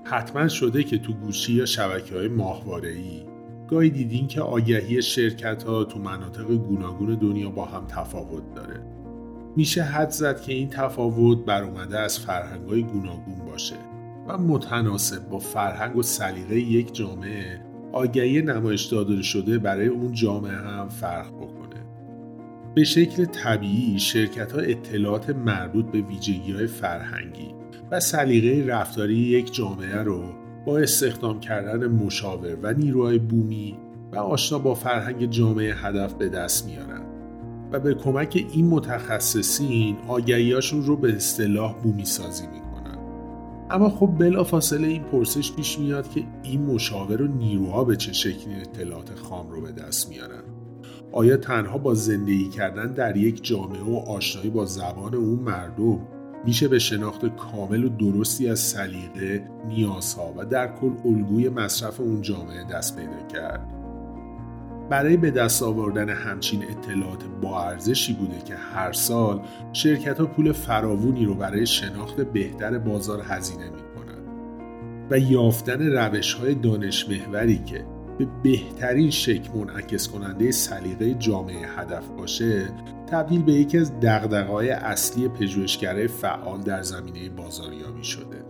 حتما شده که تو گوشی یا شبکه‌های ماهواره‌ای گاهی دیدین که آگهی شرکت‌ها تو مناطق گوناگون دنیا با هم تفاوت داره. میشه حدس زد که این تفاوت برآمده از فرهنگ‌های گوناگون باشه و متناسب با فرهنگ و سلیقه یک جامعه آگهی نمایش داده شده برای اون جامعه هم فرق بکنه. به شکل طبیعی شرکت‌ها اطلاعات مربوط به ویژگی‌های فرهنگی و سلیقه رفتاری یک جامعه رو با استخدام کردن مشاور و نیروهای بومی و آشنا با فرهنگ جامعه هدف به دست میارن و به کمک این متخصصین آگهی‌هاشون رو به اصطلاح بومی سازی میکنن. اما خب بلافاصله این پرسش پیش میاد که این مشاور و نیروها به چه شکلی اطلاعات خام رو به دست میارن؟ آیا تنها با زندگی کردن در یک جامعه و آشنایی با زبان اون مردم میشه به شناخت کامل و درستی از سلیقه، نیازها و در کل الگوی مصرف اون جامعه دست پیدا کرد؟ برای به دست آوردن همچین اطلاعات با ارزشی بوده که هر سال شرکت‌ها پول فراوانی رو برای شناخت بهتر بازار هزینه می‌کنند و یافتن روش‌های دانش محوری که به بهترین شکل منعکس کننده سلیقه جامعه هدف باشه تبدیل به یکی از دغدغه‌های اصلی پژوهشگرای فعال در زمینه بازاریابی شده.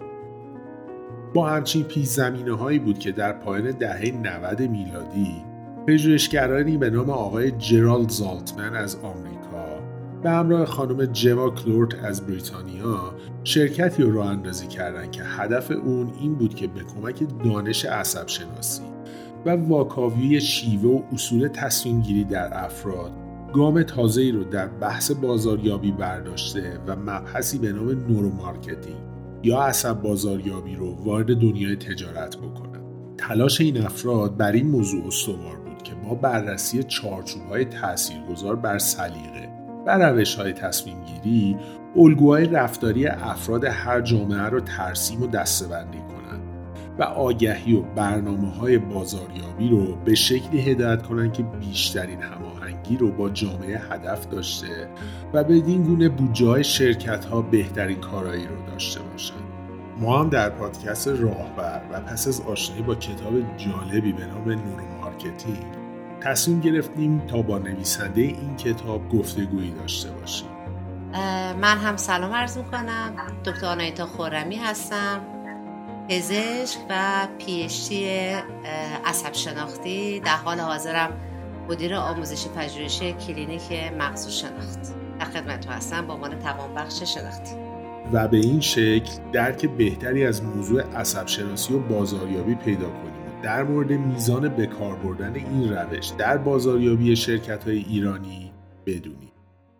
با همچین پیش زمینه‌هایی بود که در پایان دهه 90 میلادی پژوهشگرانی به نام آقای جرالد زالتمن از آمریکا به همراه خانم جما کلورت از بریتانیا شرکتی رو راه اندازی کردند که هدف اون این بود که به کمک دانش عصب شناسی و واکاوی شیوه و اصول تصمیم گیری در افراد گام تازه‌ای رو در بحث بازاریابی برداشته و مبحثی به نام نورومارکتینگ یا عصب بازاریابی رو وارد دنیای تجارت بکنن. تلاش این افراد بر این موضوع استوار بود که با بررسی چارچوب‌های تاثیرگذار بر سلیقه و روش‌های تصمیم گیری الگوهای رفتاری افراد هر جامعه رو ترسیم و دسته‌بندی کنند و آگهی و برنامه‌های بازاریابی رو به شکلی هدایت کنند که بیشترین هماهنگی رو با جامعه هدف داشته و بدین گونه بودجه‌های شرکت‌ها بهترین کارایی رو داشته باشند. ما هم در پادکست راهبر و پس از آشنایی با کتاب جالبی به نام نورومارکتینگ تصمیم گرفتیم تا با نویسنده این کتاب گفتگویی داشته باشیم. من هم سلام عرض میکنم. دکتر آنایتا خرمی هستم، پزشک و PhD عصب شناختی. در حال حاضرم مدیر آموزشی پژوهشی کلینیک مغز و شناخت. در خدمتتون هستم با عنوان توانبخش شناختی. و به این شکل درک بهتری از موضوع عصب شناسی و بازاریابی پیدا کنیم و در مورد میزان به کار بردن این روش در بازاریابی شرکت‌های ایرانی بدونیم.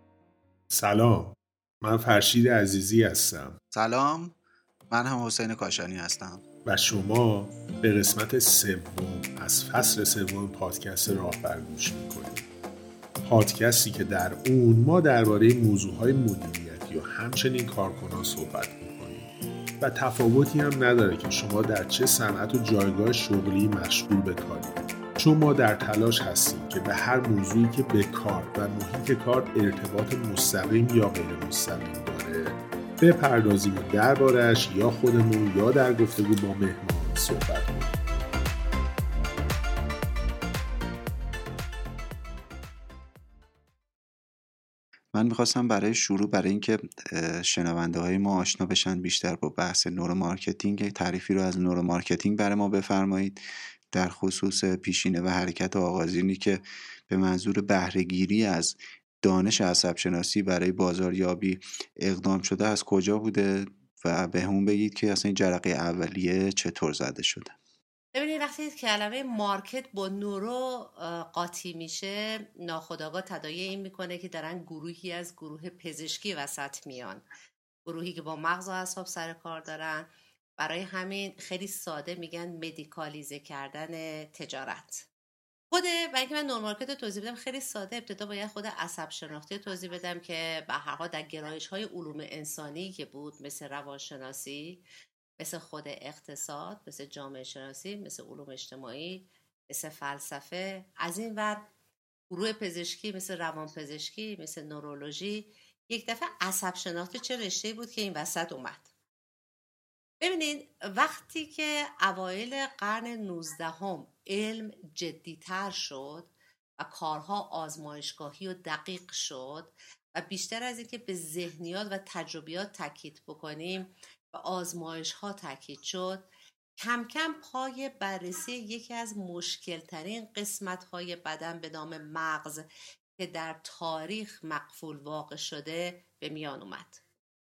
سلام، من فرشید عزیزی هستم. سلام، من هم حسین کاشانی هستم و شما به قسمت سوم از فصل سوم پادکست راهبر گوش میکنید. پادکستی که در اون ما درباره موضوعهای مدیریتی و همچنین کارکنان صحبت میکنیم و تفاوتی هم نداره که شما در چه صنعت و جایگاه شغلی مشغول به کارید، چون ما در تلاش هستیم که به هر موضوعی که به کار و محیط کار ارتباط مستقیم یا غیر مستقیم داره بپردازیم و درباره‌اش یا خودمون یا در گفتگو با مهمان صحبت کنیم. من میخواستم برای شروع، برای اینکه شنونده های ما آشنا بشن بیشتر با بحث نورومارکتینگ، تعریفی رو از نورومارکتینگ برای ما بفرمایید، در خصوص پیشینه و حرکت آغازینی که به منظور بهره‌گیری از دانش عصب شناسی برای بازاریابی اقدام شده از کجا بوده و به همون بگید که اصلا این جرقه اولیه چطور زده شده. ببینید وقتی کلمه مارکت با نورو قاطی میشه ناخودآگاه تداعی این میکنه که دارن گروهی از گروه پزشکی وسط میان، گروهی که با مغز و اعصاب سر کار دارن. برای همین خیلی ساده میگن مدیکالیزه کردن تجارت. برای اینکه من نورمارکت رو توضیح بدم خیلی ساده، ابتدا باید خود عصب شناختی رو توضیح بدم که به هر حال در گرایش‌های علوم انسانی که بود، مثل روانشناسی، مثل خود اقتصاد، مثل جامعه شناسی، مثل علوم اجتماعی، مثل فلسفه، از این ور گروه پزشکی مثل روانپزشکی، مثل نورولوژی، یک دفعه عصب شناختی چه رشته‌ای بود که این وسط اومد. ببینید وقتی که اوایل قرن 19 علم جدیتر شد و کارها آزمایشگاهی و دقیق شد و بیشتر از اینکه به ذهنیات و تجربیات تاکید بکنیم و آزمایش ها تاکید شد، کم کم پای بررسی یکی از مشکلترین قسمت های بدن به نام مغز که در تاریخ مقفول واقع شده به میان اومد.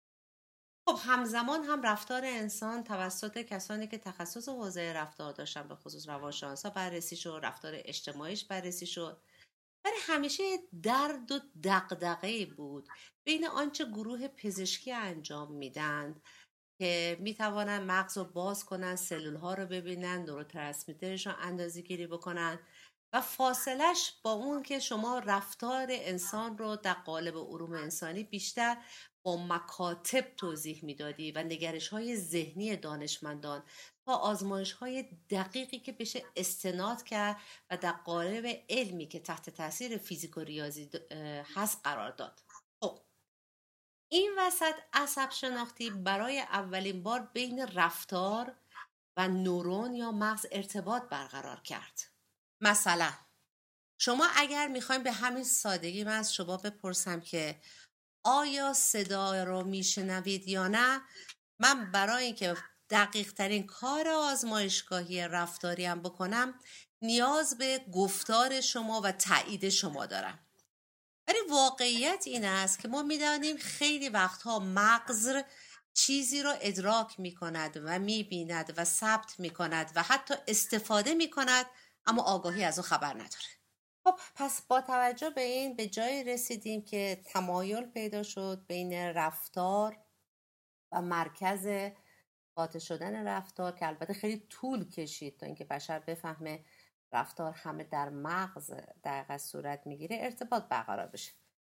خب همزمان هم رفتار انسان توسط کسانی که تخصص حوزه رفتار داشتن، به خصوص روانشناسا، بررسی شد، رفتار اجتماعیش بررسی شد. ولی همیشه درد و دغدغه‌ای بود بین آنچه گروه پزشکی انجام میدن که میتوانن مغز رو باز کنن، سلول ها رو ببینن، نوروترانسمیترش رو اندازه گیری بکنن و فاصلش با اون که شما رفتار انسان رو در قالب علوم انسانی بیشتر با مکاتب توضیح میدادی و نگرش های ذهنی دانشمندان تا آزمایش های دقیقی که بشه استناد کرد و در قالب علمی که تحت تاثیر فیزیک و ریاضی هست قرار داد. خب این وسط عصب شناختی برای اولین بار بین رفتار و نورون یا مغز ارتباط برقرار کرد. مثلا شما اگر میخوایم به همین سادگی من از شما بپرسم که آیا صدا رو میشنوید یا نه، من برای اینکه دقیق ترین کار آزمایشگاهی رفتاری هم بکنم نیاز به گفتار شما و تایید شما دارم. ولی واقعیت این است که ما میدانیم خیلی وقتها مغز چیزی رو ادراک میکند و میبیند و ثبت میکند و حتی استفاده میکند اما آگاهی از اون خبر نداره. خب پس با توجه به این به جایی رسیدیم که تمایل پیدا شد بین رفتار و مرکز قاطع شدن رفتار که البته خیلی طول کشید تا اینکه بشر بفهمه رفتار همه در مغز دقیقا صورت میگیره ارتباط برقرار بشه.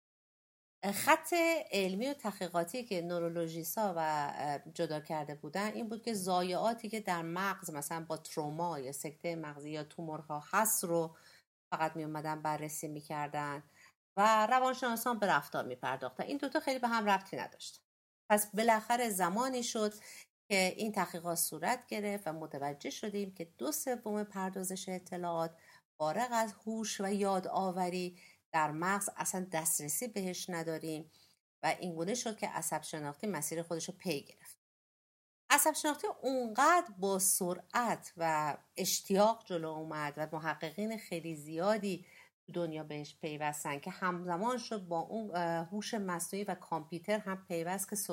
خط علمی و تحقیقاتی که نورولوژیستا و جدا کرده بودن این بود که ضایعاتی که در مغز مثلا با تروما یا سکته مغزی یا تومورها هست رو فقط می اومدن بررسی میکردن و روانشناسان به رفتار میپرداختن. این دوتا خیلی به هم ربطی نداشت. پس بالاخره زمانی شد که این تحقیقات صورت گرفت و متوجه شدیم که 2/3 پردازش اطلاعات فارغ از هوش و یادآوری در مغز اصلا دسترسی بهش نداریم و اینگونه شد که عصب شناختی مسیر خودش رو پی گرفت. عصب شناختی اونقدر با سرعت و اشتیاق جلو اومد و محققین خیلی زیادی دنیا بهش پیوستن که همزمان شد با اون هوش مصنوعی و کامپیوتر هم پیوست که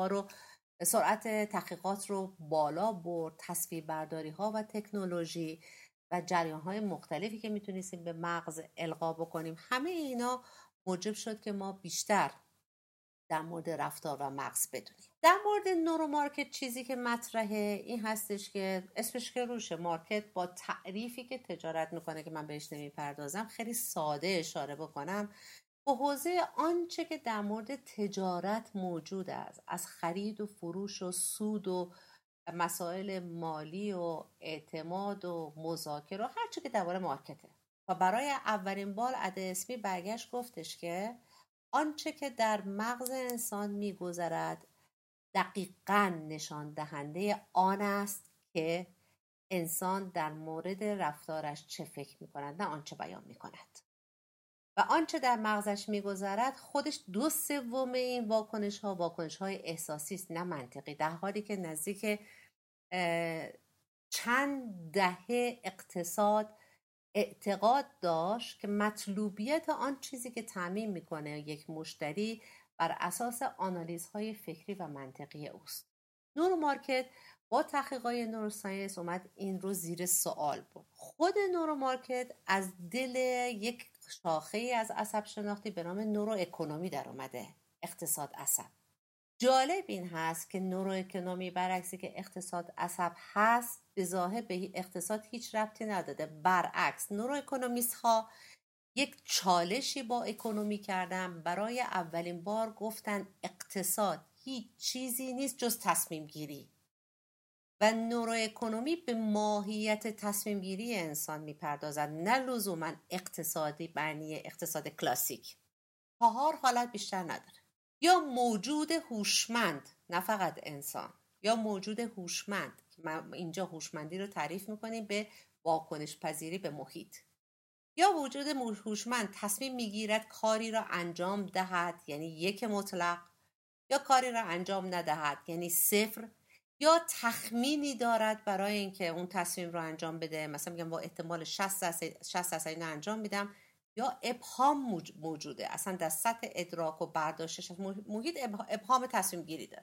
سرعت تحقیقات رو بالا برد، تصویر برداری ها و تکنولوژی و جریان های مختلفی که میتونستیم به مغز القا بکنیم. همه اینا موجب شد که ما بیشتر در مورد رفتار و مغز بدونیم. در مورد نورو مارکت چیزی که مطرحه این هستش که اسمش که روشه، مارکت با تعریفی که تجارت میکنه که من بهش نمیپردازم خیلی ساده اشاره بکنم به حوزه آنچه که در مورد تجارت موجود است، از خرید و فروش و سود و مسائل مالی و اعتماد و مذاکره و هر چی که درباره مارکته. و برای اولین بار اد اسمی برگشت گفتش که آنچه که در مغز انسان میگذرد دقیقاً نشان دهنده آن است که انسان در مورد رفتارش چه فکر میکند، نه آنچه بیان میکند. و آنچه در مغزش میگذرد خودش 2/3 این واکنش های احساسی است، نه منطقی، در حالی که نزدیک چند دهه اقتصاد اعتقاد داشت که مطلوبیت آن چیزی که تامین میکنه یک مشتری بر اساس آنالیزهای فکری و منطقی اوست. نورو مارکت با تحقیقات نوروساینس اومد این رو زیر سوال برد. خود نورو مارکت از دل یک شاخه از عصب شناختی به نام نورو اکونومی در اومده، اقتصاد عصب. جالب این هست که نورو اکونومی برعکسی که اقتصاد عصب هست به ظاهر به اقتصاد هیچ ربطی نداده. برعکس نورو اکونومیست ها یک چالشی با اکونومی کردن، برای اولین بار گفتن اقتصاد هیچ چیزی نیست جز تصمیم گیری و نورو اکونومی به ماهیت تصمیم گیری انسان میپردازد، نه لزوما اقتصادی معنی اقتصاد کلاسیک. 4 حالت بیشتر نداره. یا موجود هوشمند، نه فقط انسان، یا موجود هوشمند. ما اینجا هوشمندی رو تعریف میکنیم به واکنش پذیری به محیط. یا وجود هوشمند تصمیم میگیرد کاری را انجام دهد یعنی 1 مطلق، یا کاری را انجام ندهد یعنی 0، یا تخمینی دارد برای اینکه اون تصمیم رو انجام بده، مثلا میگم با احتمال 60% اینو انجام میدم، یا ابهام موجوده، اصلا در سطح ادراک و برداشتش محیط ابهام تصمیم گیری داره.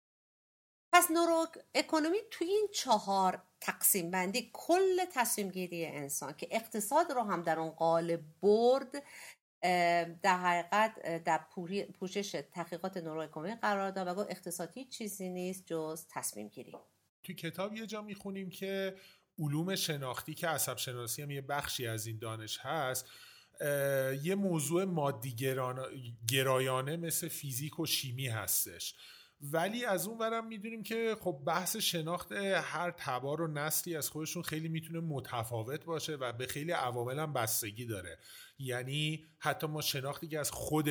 پس نورو اکونومی توی این 4 تقسیم بندی کل تصمیم گیری انسان که اقتصاد رو هم در اون قالب برد، در حقیقت در پوشش تحقیقات نورو اکونومی قرار داد و گفت اقتصادی چیزی نیست جز تصمیم گیری. تو کتاب یه جا میخونیم که علوم شناختی که عصب شناسی هم یه بخشی از این دانش هست، یه موضوع مادی گرایانه مثل فیزیک و شیمی هستش، ولی از اون ورم میدونیم که خب بحث شناخت هر تبار و نسلی از خودشون خیلی میتونه متفاوت باشه و به خیلی عوامل هم بستگی داره. یعنی حتی ما شناختی که از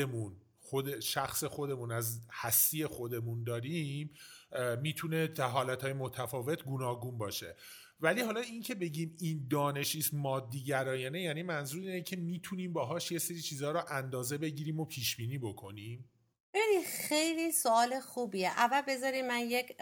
شخص خودمون، از هستی خودمون داریم میتونه تا حالتهای متفاوت گوناگون باشه. ولی حالا این که بگیم این دانش است مادی گرایانه، یعنی منظور اینه که میتونیم باهاش یه سری چیزها رو اندازه بگیریم و پیش بینی بکنیم؟ خیلی سوال خوبیه. اول بذارید من یک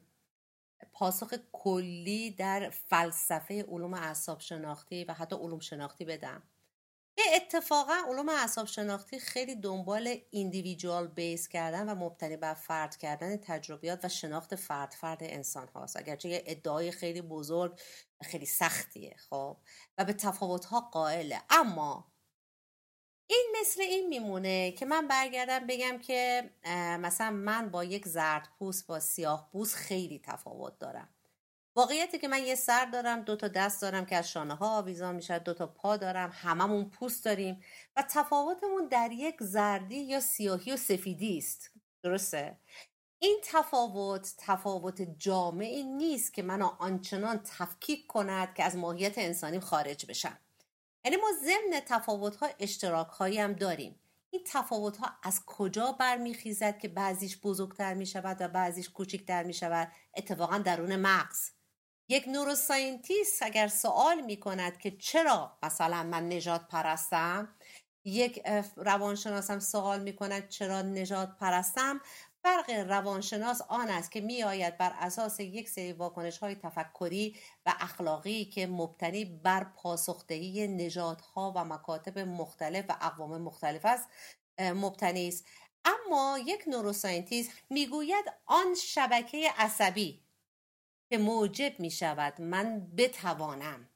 پاسخ کلی در فلسفه علوم اعصاب شناختی و حتی علوم شناختی بدم. اتفاقا علوم اعصاب شناختی خیلی دنبال ایندیویدوال بیس کردن و مبتنی بر فرد کردن تجربیات و شناخت فرد انسان هاست، اگرچه یه ادعای خیلی بزرگ خیلی سختیه خب و به تفاوت ها قائله. اما این مثل این میمونه که من برگردم بگم که مثلا من با یک زرد پوست با سیاه پوست خیلی تفاوت دارم. واقعیتی که من یه سر دارم، 2 تا دست دارم که از شانه ها آویزان میشه، 2 تا پا دارم، هممون پوست داریم و تفاوتمون در یک زردی یا سیاهی و سفیدی است. درسته؟ این تفاوت جامعی نیست که منو آنچنان تفکیک کند که از ماهیت انسانیم خارج بشم. یعنی ما ضمن تفاوت‌ها اشتراک‌هایی هم داریم. این تفاوت‌ها از کجا برمیخیزد که بعضیش بزرگتر می‌شود و بعضیش کوچکتر می‌شود؟ اتفاقا درون مغز. یک نوروساینتیست اگر سوال می‌کند که چرا مثلا من نژاد پرستم، یک روانشناسم سوال می‌کند چرا نژاد پرستم، فرق روانشناس آن است که می‌آید بر اساس یک سری واکنش‌های تفکری و اخلاقی که مبتنی بر پاسخدهی نژادها و مکاتب مختلف و اقوام مختلف است مبتنی است. اما یک نوروساینتیست میگوید آن شبکه عصبی که موجب می‌شود من بتوانم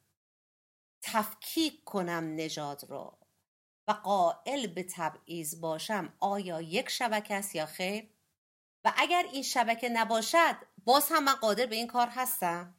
تفکیک کنم نژاد رو و قائل به تبعیض باشم، آیا یک شبکه است یا خیر؟ و اگر این شبکه نباشد باز هم من قادر به این کار هستم؟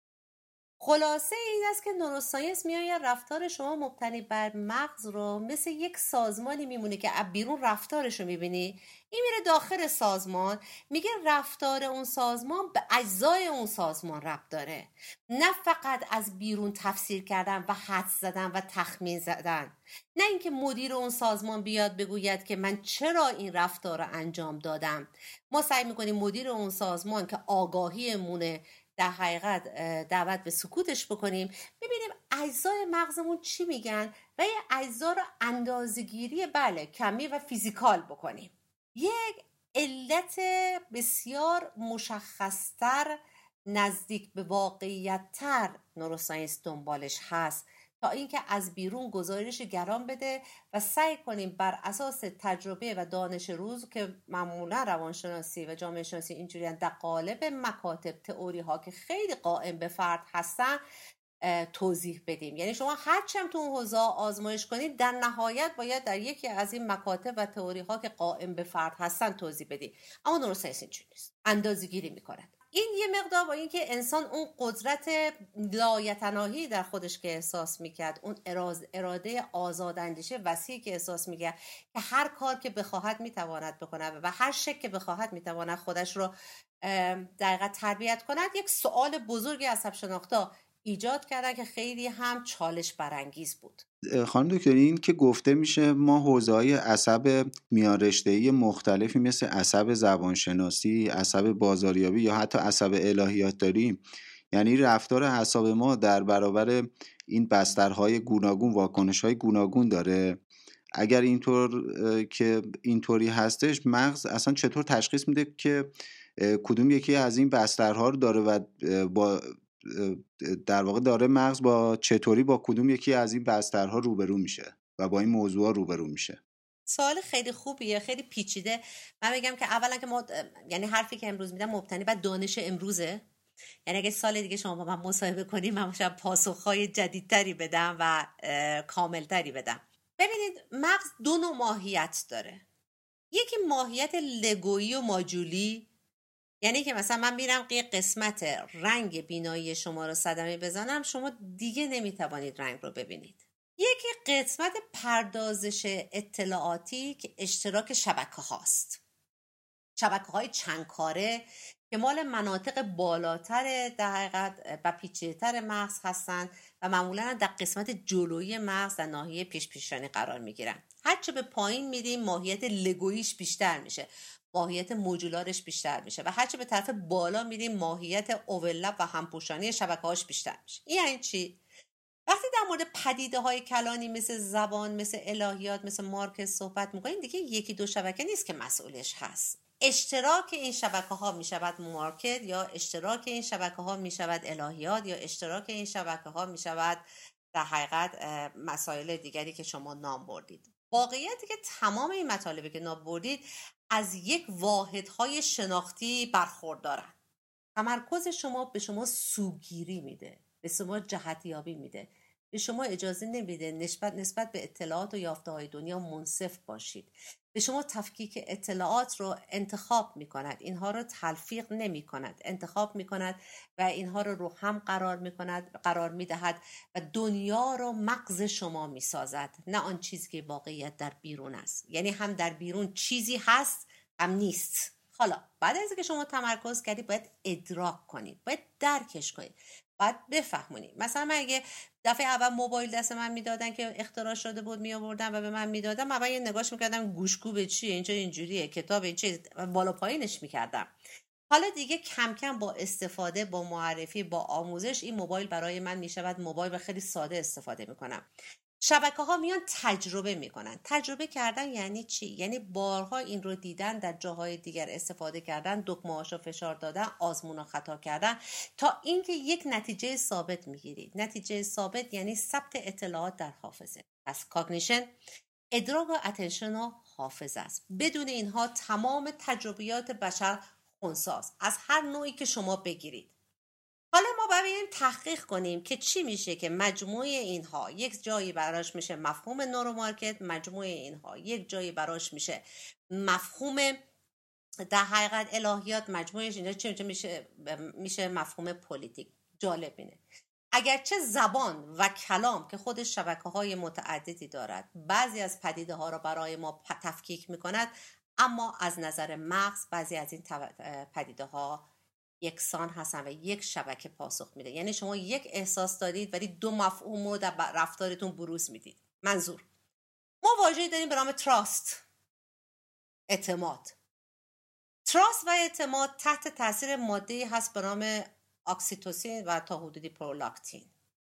خلاصه این است که نوروساینس میآید رفتار شما مبتنی بر مغز رو مثل یک سازمانی میمونه که از بیرون رفتارش رو میبینی، این میره داخل سازمان میگه رفتار اون سازمان به اجزای اون سازمان ربط داره، نه فقط از بیرون تفسیر کردن و حدس زدن و تخمین زدن. نه اینکه مدیر اون سازمان بیاد بگوید که من چرا این رفتار رو انجام دادم. ما سعی میکنیم مدیر اون سازمان که آگاهیمونه در حقیقت دعوت به سکوتش بکنیم، ببینیم اجزای مغزمون چی میگن و یه اجزا رو اندازه‌گیری کمی و فیزیکال بکنیم. یک علت بسیار مشخصتر، نزدیک به واقعیت تر نوروساینس دنبالش هست تا اینکه از بیرون گزارش گران بده و سعی کنیم بر اساس تجربه و دانش روز که معمولا روانشناسی و جامعه شناسی اینجوریان در قالب مکاتب تئوری ها که خیلی قائم به فرد هستن توضیح بدیم. یعنی شما هرچند تو اون حوزه آزمایش کنید در نهایت باید در یکی از این مکاتب و تئوری ها که قائم به فرد هستن توضیح بدید. اما نوروساینس اینجوری نیست، اندازه‌گیری میکنه. این یه مقدار با این که انسان اون قدرت لایتناهی در خودش که احساس میکرد، اون اراده آزاداندیشه وسیعی که احساس میکرد که هر کار که بخواهد میتواند بکنه و هر شکل که بخواهد میتواند خودش رو دقیقاً تربیت کند، یک سوال بزرگی عصب شناختا ایجاد کردن که خیلی هم چالش برانگیز بود. خانم دکتر، این که گفته میشه ما حوزه‌های عصب میانرشته‌ای مختلفی مثل عصب زبانشناسی، عصب بازاریابی یا حتی عصب الهیات داریم، یعنی رفتار اعصاب ما در برابر این بسترهای گوناگون واکنش‌های گوناگون داره. اگر اینطور که اینطوری هستش، مغز اصلا چطور تشخیص میده که کدوم یکی از این بسترها رو داره و با در واقع داره مغز با چطوری با کدوم یکی از این بسترها روبرو میشه و با این موضوع روبرو میشه؟ سوال خیلی خوبیه، خیلی پیچیده. من بگم که اولا که ما یعنی حرفی که امروز میدم مبتنی بر دانش امروزه. یعنی اگه سال دیگه شما با من مصاحبه کنیم من شاید پاسخهای جدیدتری بدم و کاملتری بدم. ببینید، مغز دو نوع ماهیت داره. یکی ماهیت لگویی و ماجولی، یعنی که مثلا من میرم یه قسمت رنگ بینایی شما رو صدمه بزنم، شما دیگه نمیتوانید رنگ رو ببینید. یکی قسمت پردازش اطلاعاتی که اشتراک شبکه هاست، شبکه های چندکاره که مال مناطق بالاتر در حقیقت و پیچیده‌تر مغز هستند و معمولا در قسمت جلویی مغز در ناحیه پیشانی قرار میگیرن. هرچه به پایین میریم ماهیت لگوییش بیشتر میشه، ماهیت مودولارش بیشتر میشه و هرچه به طرف بالا میریم ماهیت اوورلپ و همپوشانی شبکه‌هاش بیشتر میشه. این یعنی چی؟ وقتی در مورد پدیده های کلانی مثل زبان، مثل الهیات، مثل مارکس صحبت میکنیم، دیگه یکی دو شبکه نیست که مسئولش هست. اشتراک این شبکه ها میشود مارکت، یا اشتراک این شبکه ها میشود الهیات، یا اشتراک این شبکه ها میشود در حقیقت مسائل دیگری که شما نام بردید. واقعیتی که تمام این مطالبی که نام بردید از یک واحدهای شناختی برخوردارن. تمرکز شما به شما سوگیری میده، به شما جهتیابی میده، به شما اجازه نمیده نسبت به اطلاعات و یافته‌های دنیا منصف باشید. به شما تفکیک اطلاعات رو انتخاب میکند، اینها رو تلفیق نمیکند، انتخاب میکند و اینها رو هم قرار میدهد و دنیا رو مغز شما میسازد، نه آن چیزی که واقعیت در بیرون است. یعنی هم در بیرون چیزی هست هم نیست. حالا بعد از اینکه شما تمرکز کردید باید ادراک کنید، باید درکش کنید، باید بفهمونید. مثلا من اگه دفعه اول موبایل دست من میدادن که اختراع شده بود میآوردن و به من میدادن، من یه نگاهش میکردم گوشگو به چیه، اینجا اینجوریه، کتاب این چیه، بالا پایینش میکردم. حالا دیگه کم کم با استفاده، با معرفی، با آموزش این موبایل برای من میشود موبایل و خیلی ساده استفاده میکنم. شبکه ها میان تجربه میکنن. تجربه کردن یعنی چی؟ یعنی بارها این رو دیدن، در جاهای دیگر استفاده کردن، دکمه هاشو فشار دادن، آزمون و خطا کردن تا اینکه یک نتیجه ثابت میگیرید. نتیجه ثابت یعنی ثبت اطلاعات در حافظه. پس کاگنیشن، ادراک و اتنشن و حافظه است. بدون اینها تمام تجربیات بشر خنثی‌ست، از هر نوعی که شما بگیرید. حالا ما باید بریم تحقیق کنیم که چی میشه که مجموعه اینها یک جایی براش میشه مفهوم نورومارکت، مجموعه اینها یک جایی براش میشه مفهوم در حقیقت الهیات، مجموعه اینها چی میشه مفهوم پلیتیک. جالب اینه اگرچه زبان و کلام که خودش شبکه‌های متعددی دارد، بعضی از پدیده ها را برای ما تفکیک میکند، اما از نظر مغز بعضی از این پدیده ها یکسان هستن و یک شبکه پاسخ میده. یعنی شما یک احساس دارید ولی دو مفهوم رو در رفتارتون بروز میدید. منظور، ما واژه‌ای داریم به نام تراست، اعتماد. تراست و اعتماد تحت تاثیر ماده‌ای هست به نام اکسیتوسین و تا حدودی پرولاکتین.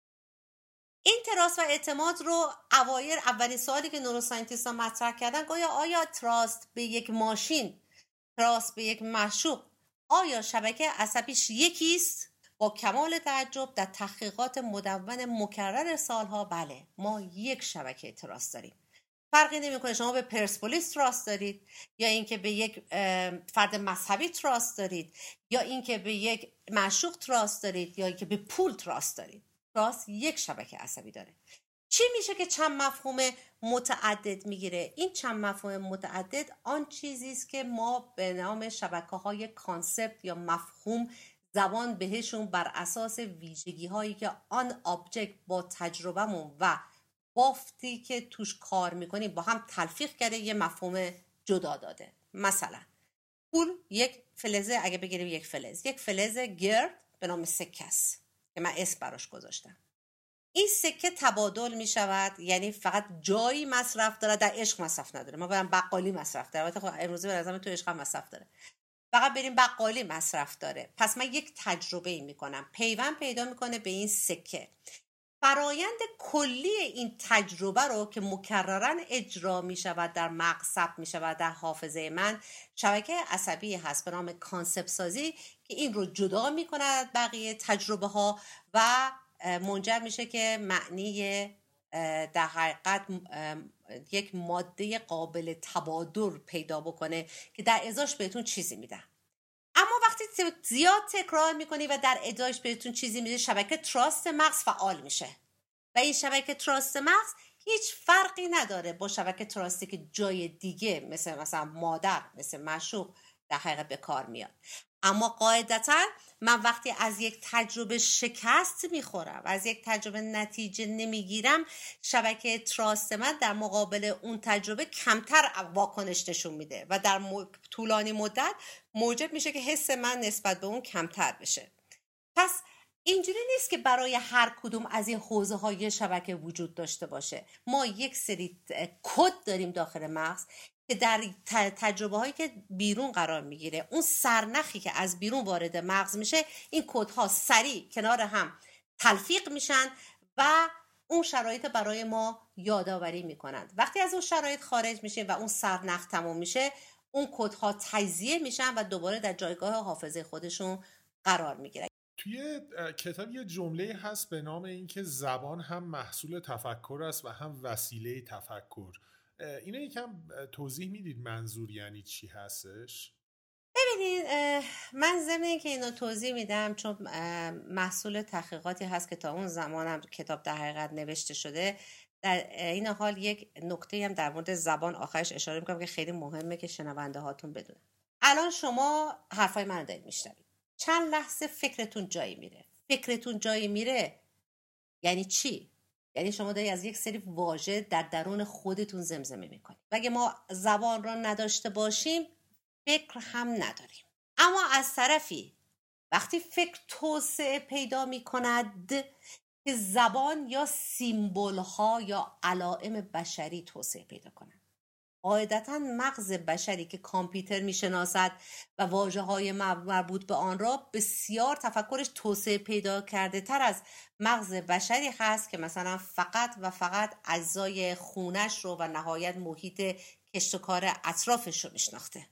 این تراست و اعتماد رو اولین سوالی که نوروساینتیست‌ها مطرح کردن، گویا آیا تراست به یک ماشین، تراست به یک معشوق، آیا شبکه عصبیش یکیست؟ با کمال تعجب در تحقیقات مدون مکرر سالها، بله، ما یک شبکه تراست داریم. فرقی نمیکنه شما به پرسپولیس تراست دارید، یا اینکه به یک فرد مذهبی تراست دارید، یا اینکه به یک معشوق تراست دارید، یا اینکه به پول تراست دارید. تراست یک شبکه عصبی داره. چی میشه که چند مفهوم متعدد میگیره؟ این چند مفهوم متعدد آن چیزی است که ما به نام شبکه‌های کانسپت یا مفهوم زبان بهشون بر اساس ویژگی هایی که آن آبجکت با تجربهمون و بافتی که توش کار میکنیم با هم تلفیق کرده یه مفهوم جدا داده. مثلا پول یک فلزه، اگه بگیریم یک فلز گرد به نام سکه است که من اسم براش گذاشتم. این سکه تبادل می شود، یعنی فقط جایی مصرف داره، در عشق مصرف نداره. ما بریم بقالی مصرف داره، البته خب امروزه به نظرم تو عشق هم مصرف داره، فقط بریم بقالی مصرف داره. پس من یک تجربه ای میکنم، پیوند پیدا میکنه به این سکه. فرایند کلی این تجربه رو که مکررن اجرا می شود در مغز، ثبت می شود در حافظه من، شبکه عصبی هست به نام کانسپت سازی که این رو جدا می کند از بقیه تجربه ها و منجر میشه که معنی در حقیقت یک ماده قابل تبادل پیدا بکنه که در ازاش بهتون چیزی میدن. اما وقتی زیاد تکرار میکنی و در ادایش بهتون چیزی میده، شبکه تراست مغز فعال میشه و این شبکه تراست مغز هیچ فرقی نداره با شبکه تراستی که جای دیگه مثلا مادر، مثل معشوق در حقیقت به کار میاد. اما قاعدتا من وقتی از یک تجربه شکست میخورم و از یک تجربه نتیجه نمیگیرم، شبکه تراست من در مقابل اون تجربه کمتر واکنش نشون میده و در طولانی مدت موجب میشه که حس من نسبت به اون کمتر بشه. پس اینجوری نیست که برای هر کدوم از این حوزه های شبکه وجود داشته باشه. ما یک سری کد داریم داخل مغز که در تجربه هایی که بیرون قرار میگیره، اون سرنخی که از بیرون وارد مغز میشه، این کدها سریع کنار هم تلفیق میشن و اون شرایط برای ما یادآوری میکنند. وقتی از اون شرایط خارج میشه و اون سرنخ تموم میشه، اون کدها تجزیه میشن و دوباره در جایگاه حافظه خودشون قرار میگیرن. توی کتاب یه جمله هست به نام این که زبان هم محصول تفکر است و هم وسیله تفکر. اینو یکم توضیح میدید منظور یعنی چی هستش؟ ببینید، من ضمن اینکه اینو توضیح میدم چون محصول تحقیقاتی هست که تا اون زمان هم کتاب در حقیقت نوشته شده، در این حال یک نکته هم در مورد زبان آخرش اشاره میکنم که خیلی مهمه که شنونده هاتون بدونن. الان شما حرفای من رو دارید میشنوید، چند لحظه فکرتون جایی میره. فکرتون جایی میره یعنی چی؟ یعنی شما داری از یک سری واژه در درون خودتون زمزمه میکنید. و اگه ما زبان را نداشته باشیم، فکر هم نداریم. اما از طرفی وقتی فکر توسعه پیدا میکند، که زبان یا سیمبل ها یا علائم بشری توسعه پیدا کنند. قاعدتاً مغز بشری که کامپیوتر میشناسد و واژه های مربوط به آن را بسیار تفکرش توسعه پیدا کرده تر از مغز بشری هست که مثلا فقط و فقط اجزای خونش رو و نهایت محیط کشت و کار اطرافش رو میشناخته.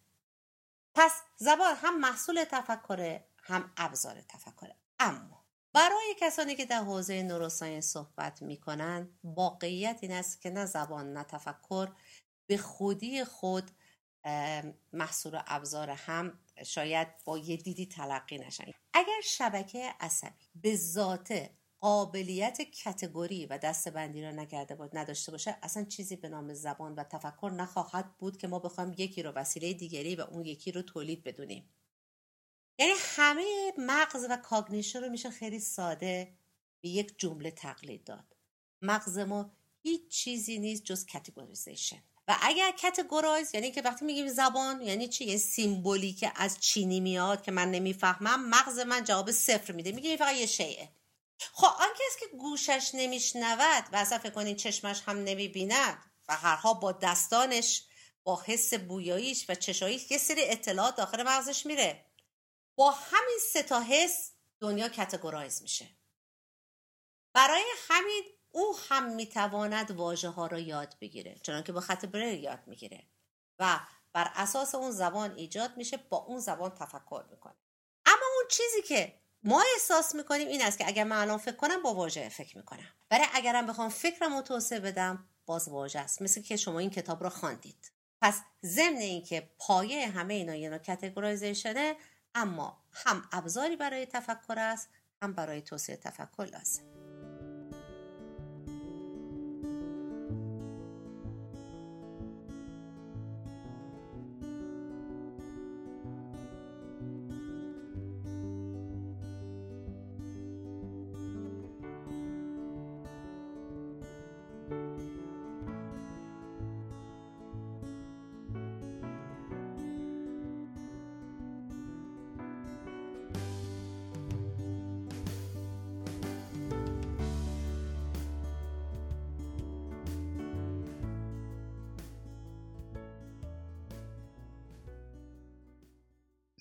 پس زبان هم محصول تفکره، هم ابزار تفکره. اما برای کسانی که در حوزه نوروساینس صحبت میکنن، واقعیت این است که نه زبان نه تفکر به خودی خود محصول و ابزار هم شاید با یه دیدی تلقی نشن. اگر شبکه عصبی به ذات قابلیت کتگوری و دسته‌بندی را نداشته باشه، اصلا چیزی به نام زبان و تفکر نخواهد بود که ما بخوایم یکی رو وسیله دیگری و اون یکی رو تولید بدونیم. یعنی همه مغز و کاگنیشن رو میشه خیلی ساده به یک جمله تقلید داد. مغز ما هیچ چیزی نیست جز کاتگوریزیشن. و اگر کاتگورایز یعنی که وقتی میگیم زبان یعنی چی؟ یه سیمبولی که از چینی میاد که من نمیفهمم، مغز من جواب 0 میده، میگه این فقط یه شیء. خب آن کسی که گوشش نمیشنود و اصلا فکر کنین چشمش هم نمیبیند و هرها با دستانش، با حس بویاییش و چشاییش یه سری اطلاعات داخل مغزش میره، با همین 3 تا حس دنیا کاتگورایز میشه. برای همین او هم میتواند واژه ها را یاد بگیره، چنانکه با خط بریل یاد میگیره و بر اساس اون زبان ایجاد میشه، با اون زبان تفکر میکنه. اما اون چیزی که ما احساس میکنیم این است که اگر من الان فکر کنم با واژه فکر میکنم، برای اگرم بخوام فکرم رو توسعه بدم باز واژه است، مثل که شما این کتاب رو خواندید. پس ضمن این که پایه همه اینا یه نوع کاتگورایزیشنه، اما هم ابزاری برای تفکر است، هم برای توسعه تفکر لازم.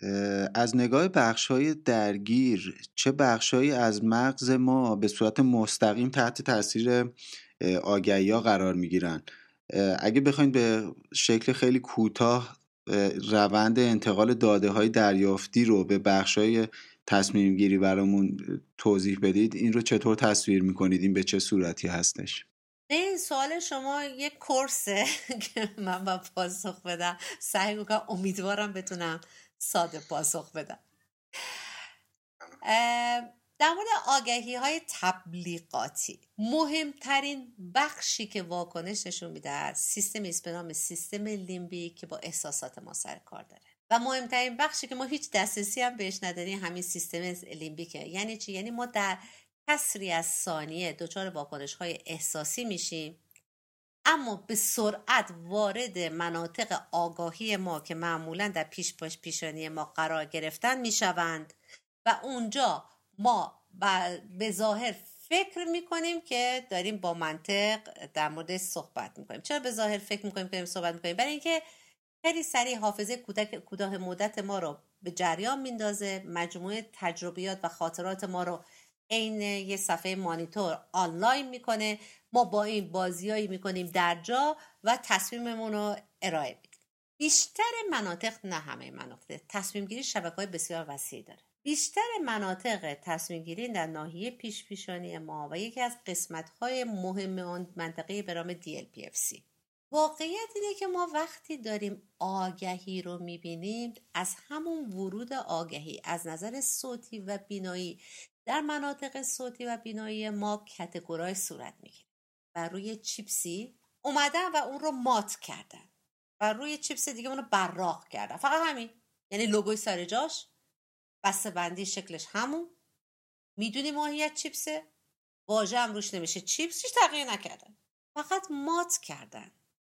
از نگاه بخش‌های درگیر، چه بخش‌هایی از مغز ما به صورت مستقیم تحت تاثیر آگهی‌ها قرار می‌گیرن؟ اگه بخواید به شکل خیلی کوتاه روند انتقال داده‌های دریافتی رو به بخش‌های تصمیم گیری برامون توضیح بدید، این رو چطور تصویر می‌کنید؟ این به چه صورتی هستش؟ این سوال شما یک کورسه که من با پاسخ بدم. سعی میکنم، امیدوارم بتونم ساده پاسخ بدم. در مورد آگهی های تبلیغاتی، مهمترین بخشی که واکنش نشون میده از سیستمی است به نام سیستم لیمبیک که با احساسات ما سر کار داره و مهمترین بخشی که ما هیچ دسترسی هم بهش نداریم همین سیستم لیمبیکه. یعنی چی؟ یعنی ما در کسری از ثانیه دچار واکنش های احساسی میشیم، اما به سرعت وارد مناطق آگاهی ما که معمولا در پیشانی ما قرار گرفتن میشوند و اونجا ما به ظاهر فکر میکنیم که داریم با منطق در مورد صحبت میکنیم. چرا به ظاهر فکر میکنیم که داریم صحبت میکنیم؟ برای اینکه خیلی سریع حافظه کوتاه مدت ما رو به جریان میندازه، مجموعه تجربیات و خاطرات ما رو عین یه صفحه مانیتور آنلاین میکنه. ما با این بازیایی میکنیم در جا و تصمیممون رو ارائه میدیم. بیشتر مناطق، نه همه مناطق، تصمیم گیری شبکه‌های بسیار وسیعی داره. بیشتر مناطق تصمیم گیری در ناحیه پیشانی ما و یکی از قسمت‌های مهم آن منطقه به نام DLPFC. واقعیت اینه که ما وقتی داریم آگهی رو میبینیم، از همون ورود آگهی از نظر صوتی و بینایی در مناطق صوتی و بینایی ما کاتگورای صورت میگیره و روی چیپسی اومدن و اون رو مات کردن و روی چیپس دیگه اون رو براق کردن. فقط همین، یعنی لوگوی سر جاش، بسته بندی شکلش همون، میدونی ماهیت چیپسه، واژه هم روش نمیشه چیپس، هیچ تغییر نکردن، فقط مات کردن.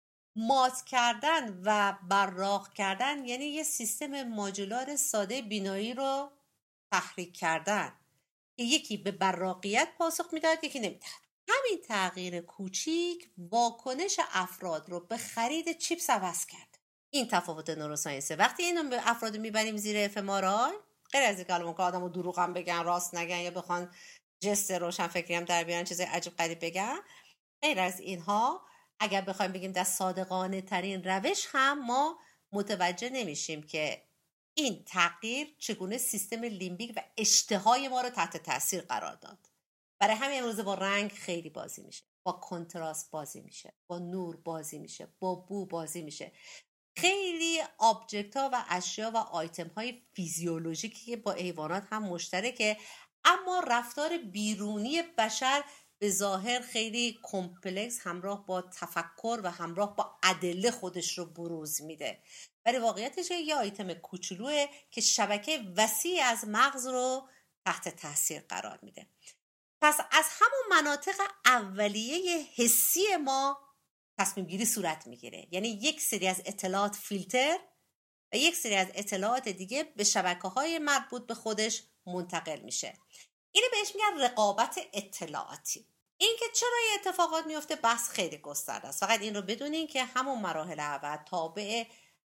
مات کردن و براق کردن یعنی یه سیستم ماژولار ساده بینایی رو تحریک کردن که یکی به براقیت پاسخ میداد، یکی نمیداد. همین تغییر کوچیک واکنش افراد رو به خرید چیپس عوض کرد. این تفاوت نوروساینسه. وقتی اینو به افراد میبریم زیر اف ام آر آی، غیر از اینکه الان آدمو دروغ هم بگن، راست نگن یا بخوان جست روشن فکری هم در بیارن، چیزای عجیب غریب بگن، غیر از اینها اگر بخوایم بگیم در صادقانه ترین روش هم ما متوجه نمیشیم که این تغییر چگونه سیستم لیمبیک و اشتهای ما رو تحت تاثیر قرار داد. برای همین امروز با رنگ خیلی بازی میشه، با کنتراست بازی میشه، با نور بازی میشه، با بو بازی میشه. خیلی آبجکت ها و اشیا و آیتم های فیزیولوژیکی که با حیوانات هم مشترکه، اما رفتار بیرونی بشر به ظاهر خیلی کمپلکس همراه با تفکر و همراه با ادله خودش رو بروز میده. ولی واقعیتش یه آیتم کوچولوه که شبکه وسیع از مغز رو تحت تاثیر قرار میده. پس از همون مناطق اولیه حسی ما تصمیم گیری صورت میگیره. یعنی یک سری از اطلاعات فیلتر و یک سری از اطلاعات دیگه به شبکه‌های مربوط به خودش منتقل میشه. اینو بهش میگن رقابت اطلاعاتی. این که چرا این اتفاقات میفته بحث خیلی گسترده است. فقط این رو بدونین که همون مراحل اول تابع،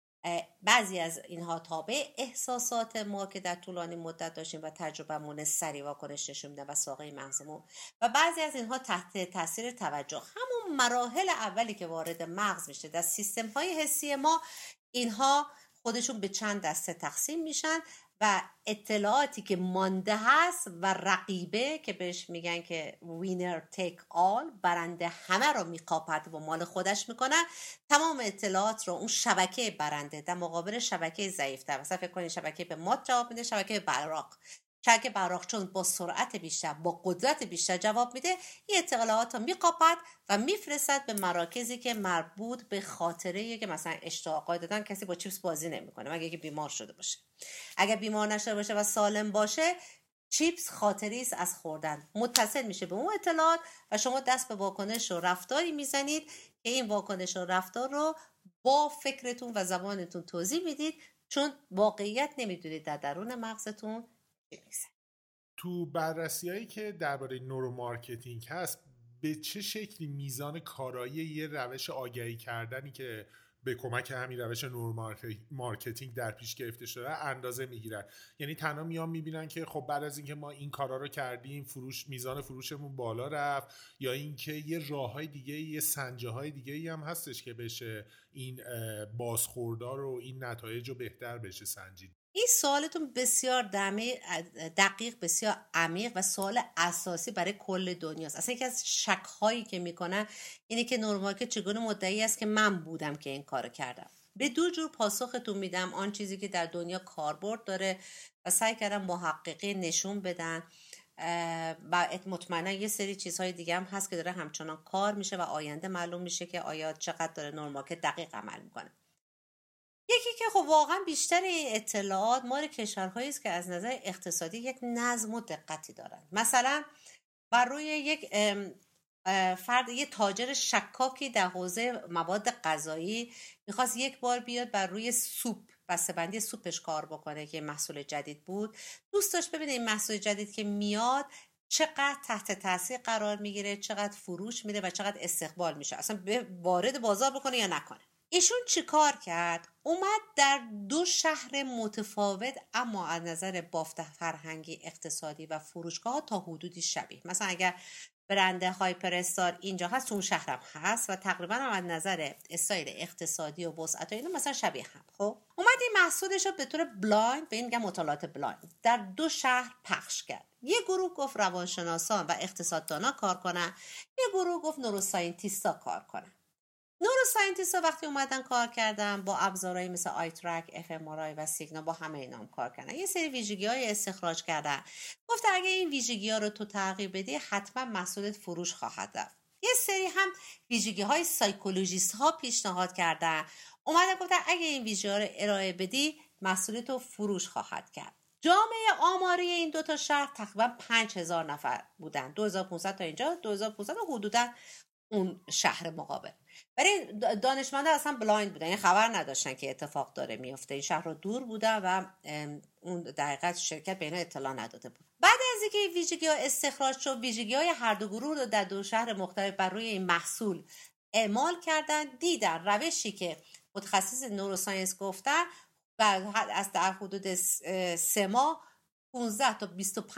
بعضی از اینها تابع احساسات ما که در طولانی مدت داشتیم و تجربهمون سریع واکنش نشون میده و ساقه مغزمون، و بعضی از اینها تحت تاثیر توجه. همون مراحل اولی که وارد مغز میشه در سیستم های حسی ما، اینها خودشون به چند دسته تقسیم میشن و اطلاعاتی که مانده هست و رقیبه که بهش میگن که وینر تیک آل، برنده همه رو میقاپد و مال خودش میکنه، تمام اطلاعات رو اون شبکه برنده در مقابل شبکه ضعیفتر، مثلا فکر کنید شبکه به مات جواب میده، شبکه براق، شبکه براق چون با سرعت بیشتر با قدرت بیشتر جواب میده، این اطلاعات رو میقاپد و میفرستد به مراکزی که مربوط به خاطره که مثلا اشتها دادن. کسی با چیپس بازی نمیکنه مگه اینکه بیمار شده باشه. اگر بیمار نشده باشه و سالم باشه، چیپس خاطری است از خوردن، متصل میشه به اون اطلاعات و شما دست به واکنش و رفتاری میزنید که این واکنش و رفتار رو با فکرتون و زبانتون توضیح میدید، چون واقعیت نمیدونید در درون مغزتون چی میگذره. تو بررسی‌هایی که درباره نورومارکتینگ هست، به چه شکلی میزان کارایی یه روش آگهی کردنی که به کمک همین روش نور مارکتینگ در پیش گرفته شده اندازه میگیرن. یعنی تنها میان میبینن که خب بعد از اینکه ما این کارا رو کردیم میزان فروشمون بالا رفت، یا اینکه یه راههای دیگه، یه سنجه‌های دیگه هم هستش که بشه این بازخوردار و این نتایج رو بهتر بشه سنجید. این سوالتون بسیار دقیق، بسیار عمیق و سوال اساسی برای کل دنیاست. اصلا یکی از شک‌هایی که میکنن اینه که نور مارکت چگونه مدعی است که من بودم که این کارو کردم. به دو جور پاسختون میدم. آن چیزی که در دنیا کاربرد داره و سعی کردم محققین نشون بدن و مطمئنا یه سری چیزهای دیگه هم هست که داره همچنان کار میشه و آینده معلوم میشه که آیا چقدر داره نور مارکت دقیق عمل میکنه. یکی که خب واقعا بیشتر این اطلاعات مال کشورهایی است که از نظر اقتصادی یک نظم و دقتی دارن. مثلا بر روی یک فرد، یه تاجر شکاکی در حوزه مواد غذایی میخواست یک بار بیاد بر روی سوپ، بسته‌بندی سوپش کار بکنه که محصول جدید بود. دوست داشت ببینه این محصول جدید که میاد چقدر تحت تاثیر قرار میگیره، چقدر فروش میده و چقدر استقبال میشه، اصلا وارد بازار بکنه یا نکنه. ایشون چی کار کرد؟ اومد در دو شهر متفاوت اما از نظر بافت فرهنگی، اقتصادی و فروشگاه ها تا حدودی شبیه، مثلا اگر برند هایپر استار اینجا هست اون شهرم هست و تقریبا هم از نظر استایل اقتصادی و وسعت و اینا مثلا شبیه هم. خب اومد این محصولش رو به طور بلایند، به این میگن مطالعات بلایند، در دو شهر پخش کرد. یه گروه گفت روانشناسان و اقتصاددانا کار کنن، یه گروه گفت نوروساینتیستا کار کنن. نوروساینتیستا وقتی اومدن کار کردن با ابزارهایی مثل آی ترک، اف ام آر آی و سیگنا، با همه اینا هم کار کردن. یه سری ویژگی‌های استخراج کردن. گفت اگه این ویژگی‌ها رو تو تغییر بدی حتما محصولت فروش خواهد رفت. یه سری هم ویژگی‌های سایکولوژیست‌ها پیشنهاد کردن. اومدن گفتن اگه این ویژگی‌ها رو ارائه بدی محصولت رو فروش خواهد کرد. جامعه آماری این دو تا شهر تقریبا 5000 نفر بودن. 2500 تا اینجا، 2500 تا حدوداً اون شهر مقابل. برای دانشمندا اصلا بلایند بودن، یعنی خبر نداشتن که اتفاق داره میفته. این شهر رو دور بودن و اون دقیقاً شرکت به اینا اطلاع نداده بود. بعد از اینکه ویژگی‌ها استخراج شد، ویژگی‌های هر دو گروه رو در دو شهر مختلف بر روی این محصول اعمال کردن، دیدن روشی که متخصص نوروساینس گفتن از در حدود 3 ماه 15 تا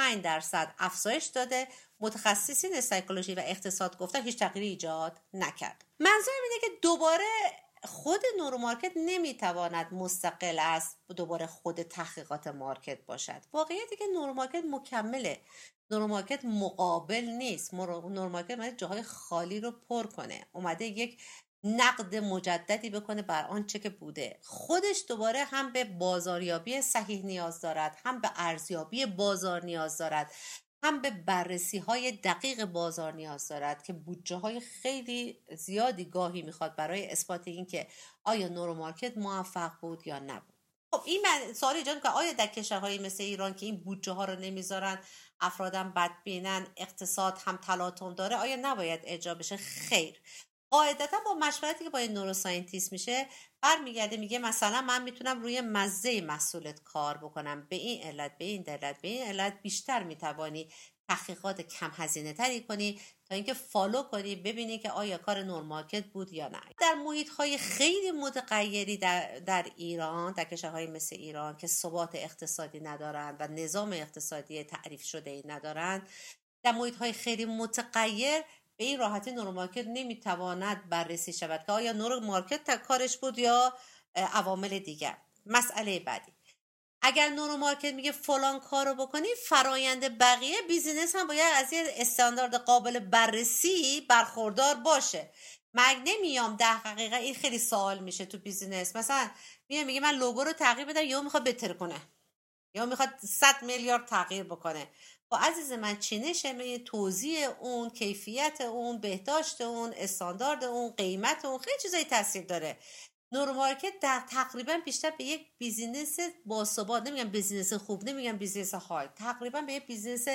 25% افزایش داده. متخصصین سایکولوژی و اقتصاد گفتن هیچ تغییری ایجاد نکرد. منظورم اینه که دوباره خود نورو مارکت نمیتواند مستقل از دوباره خود تحقیقات مارکت باشد. واقعیتی که نورو مارکت مکمله، نورو مارکت مقابل نیست. نورو مارکت اومده جاهای خالی رو پر کنه، اومده یک نقد مجددی بکنه بر آنچه که بوده. خودش دوباره هم به بازاریابی صحیح نیاز دارد، هم به ارزیابی بازار نیاز دارد، هم به بررسی های دقیق بازار نیاز دارد که بودجه های خیلی زیادی گاهی میخواد برای اثبات این که آیا نورو مارکت موفق بود یا نبود. خب این سوال ایجاد که آیا در کشورهایی مثل ایران که این بودجه ها رو نمیذارن، افرادم بدبینن، اقتصاد هم تلاطم داره، آیا نباید اجرا بشه؟ خیر. قاعدتا با مشورتی که با این نوروساینتیست میشه برمیگرده میگه مثلا من میتونم روی مزه محصولت کار بکنم، به این علت، به این دلیل، به این علت بیشتر میتوانی تحقیقات کم هزینه تری کنی تا اینکه فالو کنی ببینی که آیا کار نور مارکت بود یا نه. در محیط های خیلی متغیری در ایران، در کشورهای مثل ایران که ثبات اقتصادی ندارند و نظام اقتصادی تعریف شده ای ندارند، در محیط های خیلی متغیر به این راحتی نورو مارکت نمیتواند بررسی شود که آیا نورو مارکت کارش بود یا عوامل دیگر. مسئله بعدی، اگر نورو مارکت میگه فلان کارو بکنی، فرایند بقیه بیزینس هم باید از یه استاندارد قابل بررسی برخوردار باشه. من نمیام 10 دقیقه، این خیلی سوال میشه تو بیزینس، مثلا میگه من لوگو رو تغییر بدم یا میخواد بهتر کنه یا میخواد 100 میلیارد تغییر بکنه. با عزیز من چینشه، توزیع اون، کیفیت اون، بهداشت اون، استاندارد اون، قیمت اون، خیلی چیزایی تاثیر داره. نورو مارکت در تقریبا بیشتر به یک بیزینس باثبات، نمیگم بیزینس خوب، نمیگم بیزینس های، تقریبا به یک بیزینس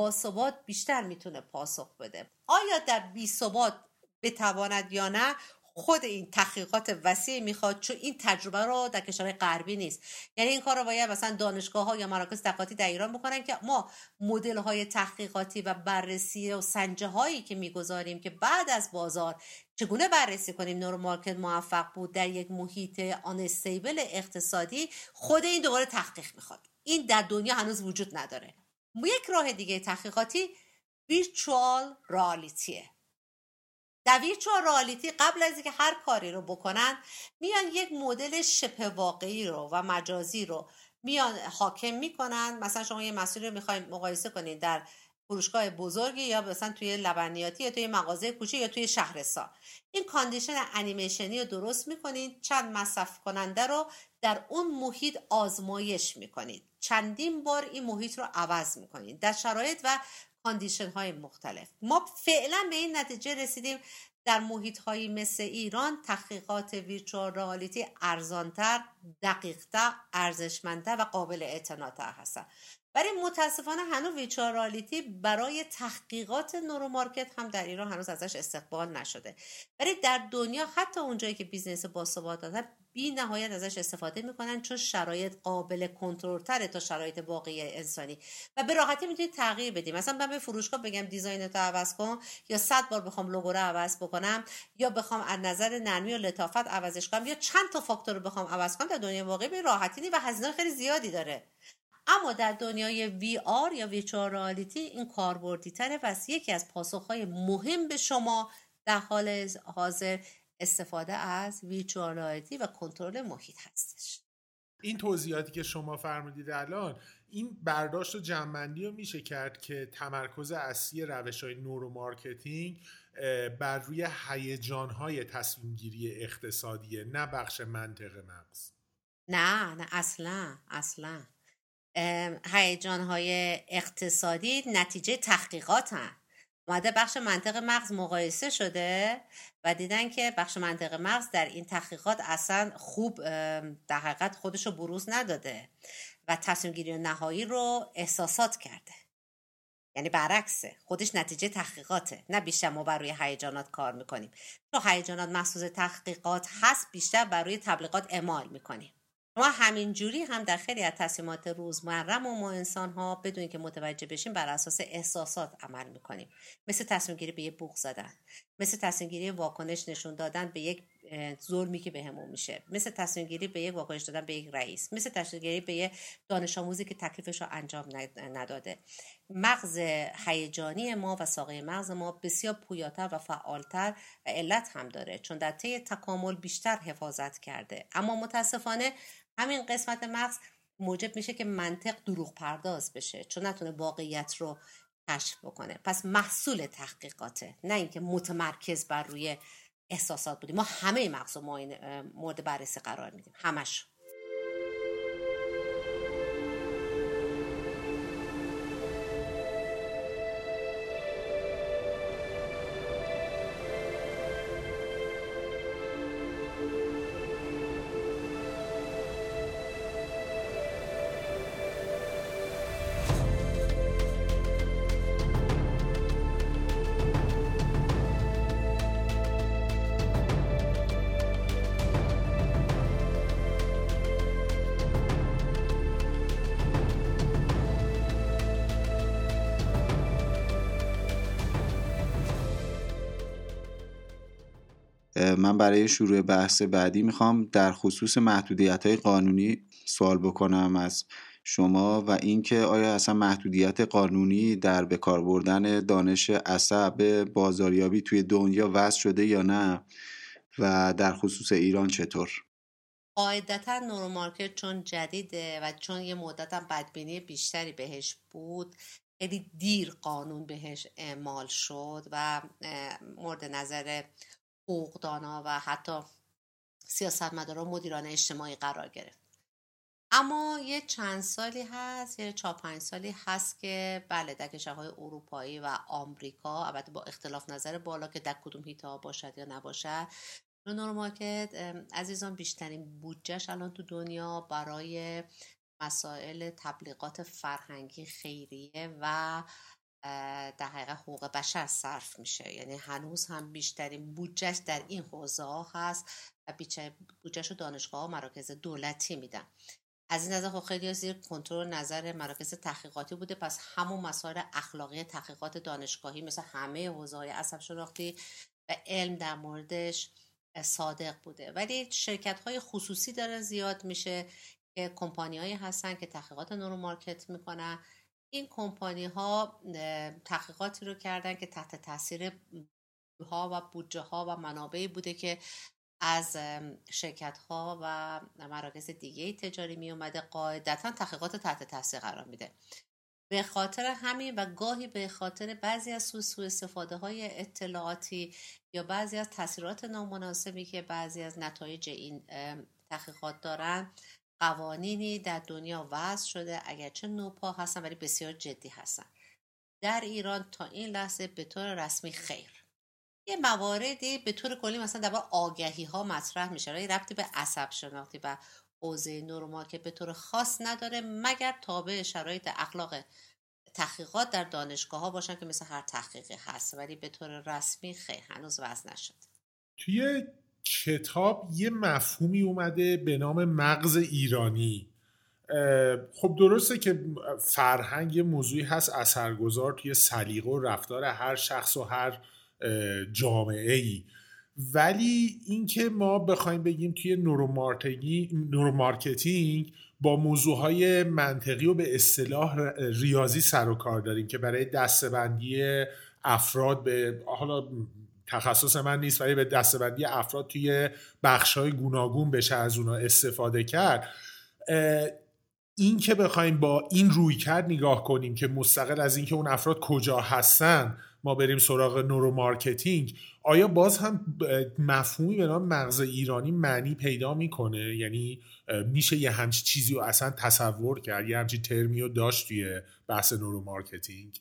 باثبات بیشتر میتونه پاسخ بده. آیا در بی‌ثبات بتواند یا نه؟ خود این تحقیقات وسیع میخواد، چون این تجربه رو در کشورهای غربی نیست. یعنی این کار رو باید مثلا دانشگاه ها یا مراکز تحقیقاتی در ایران بکنن که ما مدل های تحقیقاتی و بررسی و سنجه هایی که میگذاریم که بعد از بازار چگونه بررسی کنیم نورو مارکت موفق بود در یک محیط آنستیبل اقتصادی، خود این دوباره تحقیق میخواد. این در دنیا هنوز وجود نداره. یک راه دیگه تحقیقاتی ویرچوال رئالیتیه. در ویرچوال رئالیتی قبل از اینکه هر کاری رو بکنن میان یک مدل شبه واقعی رو و مجازی رو میان حاکم میکنن. مثلا شما یه مسئله رو میخواین مقایسه کنین در فروشگاه بزرگی یا مثلا توی لبنیاتی یا توی مغازه کوچیک یا توی شهرستان. این کاندیشن انیمیشنی رو درست میکنین، چند مصرف کننده رو در اون محیط آزمایش میکنید، چندین بار این محیط رو عوض میکنید در شرایط و کاندیشن های مختلف. ما فعلا به این نتیجه رسیدیم در محیط هایی مثل ایران تحقیقات ویرچوال رئالیتی ارزانتر، دقیقتر، ارزشمندتر و قابل اعتناتر هستن. ولی متاسفانه هنوز ویرچوال رئالیتی برای تحقیقات نورو مارکت هم در ایران هنوز ازش استقبال نشده. ولی در دنیا حتی اونجایی که بیزنس باثبات دارن بی نهایت ازش استفاده میکنن، چون شرایط قابل کنترل تره تا شرایط واقعی انسانی و به راحتی میتونید تغییر بدید. مثلا من به فروشگاه بگم دیزاینتو عوض کن، یا 100 بار بخوام لوگو رو عوض بکنم، یا بخوام از نظر نرمی و لطافت عوضش کنم، یا چند تا فاکتور رو بخوام عوض کنم، در دنیای واقعی به راحتی نیست و هزینه خیلی زیادی داره. اما در دنیای وی آر یا ویرچوال رئالیتی این کاربردی تره و یکی از پاسخهای مهم به شما در حال حاضر استفاده از ویرچوال رئالیتی و کنترل محیط هستش. این توضیحاتی که شما فرمودید الان، این برداشت و جمع‌بندی رو میشه کرد که تمرکز اصلی روش‌های نورو مارکتینگ بر روی هیجان‌های تصمیم‌گیری اقتصادیه، نه بخش منطق مغز. نه اصلا هیجان‌های اقتصادی نتیجه تحقیقاتن. اومده بخش منطق مغز مقایسه شده و دیدن که بخش منطق مغز در این تحقیقات اصلا خوب در حقیقت خودشو بروز نداده و تصمیم گیری نهایی رو احساسات کرده. یعنی برعکسه، خودش نتیجه تحقیقاته، نه بیشتر ما بر روی هیجانات کار میکنیم. چون هیجانات محصول تحقیقات هست، بیشتر بر روی تبلیغات اعمال میکنیم. ما همین جوری هم در خیلی از تصمیمات روزمره ما انسان ها بدون که متوجه بشیم بر اساس احساسات عمل میکنیم. مثل تصمیم گیری به یک بوق زدن، مثل تصمیم گیری واکنش نشون دادن به یک ظلمی که بهمون میشه، مثل تصمیم گیری به یک واکنش دادن به یک رئیس، مثل تصمیم گیری به یک دانش آموزی که تکلیفش رو انجام نداده. مغز هیجانی ما و ساقه مغز ما بسیار پویاتر و فعالتر و علت هم داره، چون در طی تکامل بیشتر حفاظت کرده. اما متاسفانه همین قسمت مغز موجب میشه که منطق دروغ پرداز بشه، چون نتونه واقعیت رو کشف بکنه. پس محصول تحقیقاته، نه اینکه متمرکز بر روی احساسات بودیم. ما همه مغز رو مورد بررسی قرار میدیم، همش. من برای شروع بحث بعدی میخوام در خصوص محدودیت‌های قانونی سوال بکنم از شما و اینکه آیا اصلا محدودیت قانونی در به کار بردن دانش عصب بازاریابی توی دنیا وضع شده یا نه و در خصوص ایران چطور؟ قاعدتا نورو مارکت چون جدیده و چون یه مدت هم بدبینی بیشتری بهش بود، خیلی دیر قانون بهش اعمال شد و مورد نظر حقوقدانا و حتی سیاستمداران و مدیران اجتماعی قرار گرفت. اما یه چند سالی هست، یه 4-5 سالی هست که بله در کشورهای اروپایی و آمریکا، البته با اختلاف نظر بالا که در کدوم حیطه باشد یا نباشد، نورو مارکت عزیزان بیشترین بودجهش الان تو دنیا برای مسائل تبلیغات فرهنگی، خیریه و در حقیقت حقوق بشر صرف میشه. یعنی هنوز هم بیشترین بودجهش در این حوزه ها هست و بودجهش رو دانشگاه ها و مراکز دولتی میدن. از این نظر خب خیلی زیر کنترل نظر مراکز تحقیقاتی بوده، پس همون مسائل اخلاقی تحقیقات دانشگاهی مثل همه حوزه‌های عصب شناختی و علم در موردش صادق بوده. ولی شرکت‌های خصوصی داره زیاد میشه که کمپانی‌هایی هستن که تحقیقات نورو مارکت میکنن. این کمپانی‌ها تحقیقاتی رو کردن که تحت تاثیر ها و بودجه ها و منابعی بوده که از شرکت ها و مراکز دیگه تجاری می اومده، قاعدتا تحقیقات تحت تاثیر قرار میده. به خاطر همین و گاهی به خاطر بعضی از سوء استفاده های اطلاعاتی یا بعضی از تاثیرات نامناسبی که بعضی از نتایج این تحقیقات دارن، قوانینی در دنیا وضع شده، اگرچه نوپا هستن ولی بسیار جدی هستن. در ایران تا این لحظه به طور رسمی خیر. یه مواردی به طور کلی مثلا در واقع آگهی ها مطرح میشه، ولی ربطی به عصب شناختی و حوزه نورو که به طور خاص نداره، مگر تابع شرایط اخلاق تحقیقات در دانشگاه ها باشن که مثل هر تحقیقی هست، ولی به طور رسمی خیر هنوز وضع نشد. توی کتاب یه مفهومی اومده به نام مغز ایرانی. خب درسته که فرهنگ یه موضوعی هست اثرگذار توی سلیقه و رفتار هر شخص و هر جامعه ای، ولی اینکه ما بخوایم بگیم توی نورو مارکتینگ با موضوعهای منطقی و به اصطلاح ریاضی سر و کار داریم که برای دسته‌بندی افراد، به حالا تخصص من نیست ولی به دسته‌بندی افراد توی بخش‌های گوناگون بشه از اونا استفاده کرد، این که بخوایم با این رویکرد نگاه کنیم که مستقل از اینکه اون افراد کجا هستن ما بریم سراغ نورو مارکتینگ، آیا باز هم مفهومی به نام مغز ایرانی معنی پیدا میکنه؟ یعنی میشه یه همچین چیزی رو اصلا تصور کرد، یه همچین ترمی رو داشت توی بحث نورو مارکتینگ؟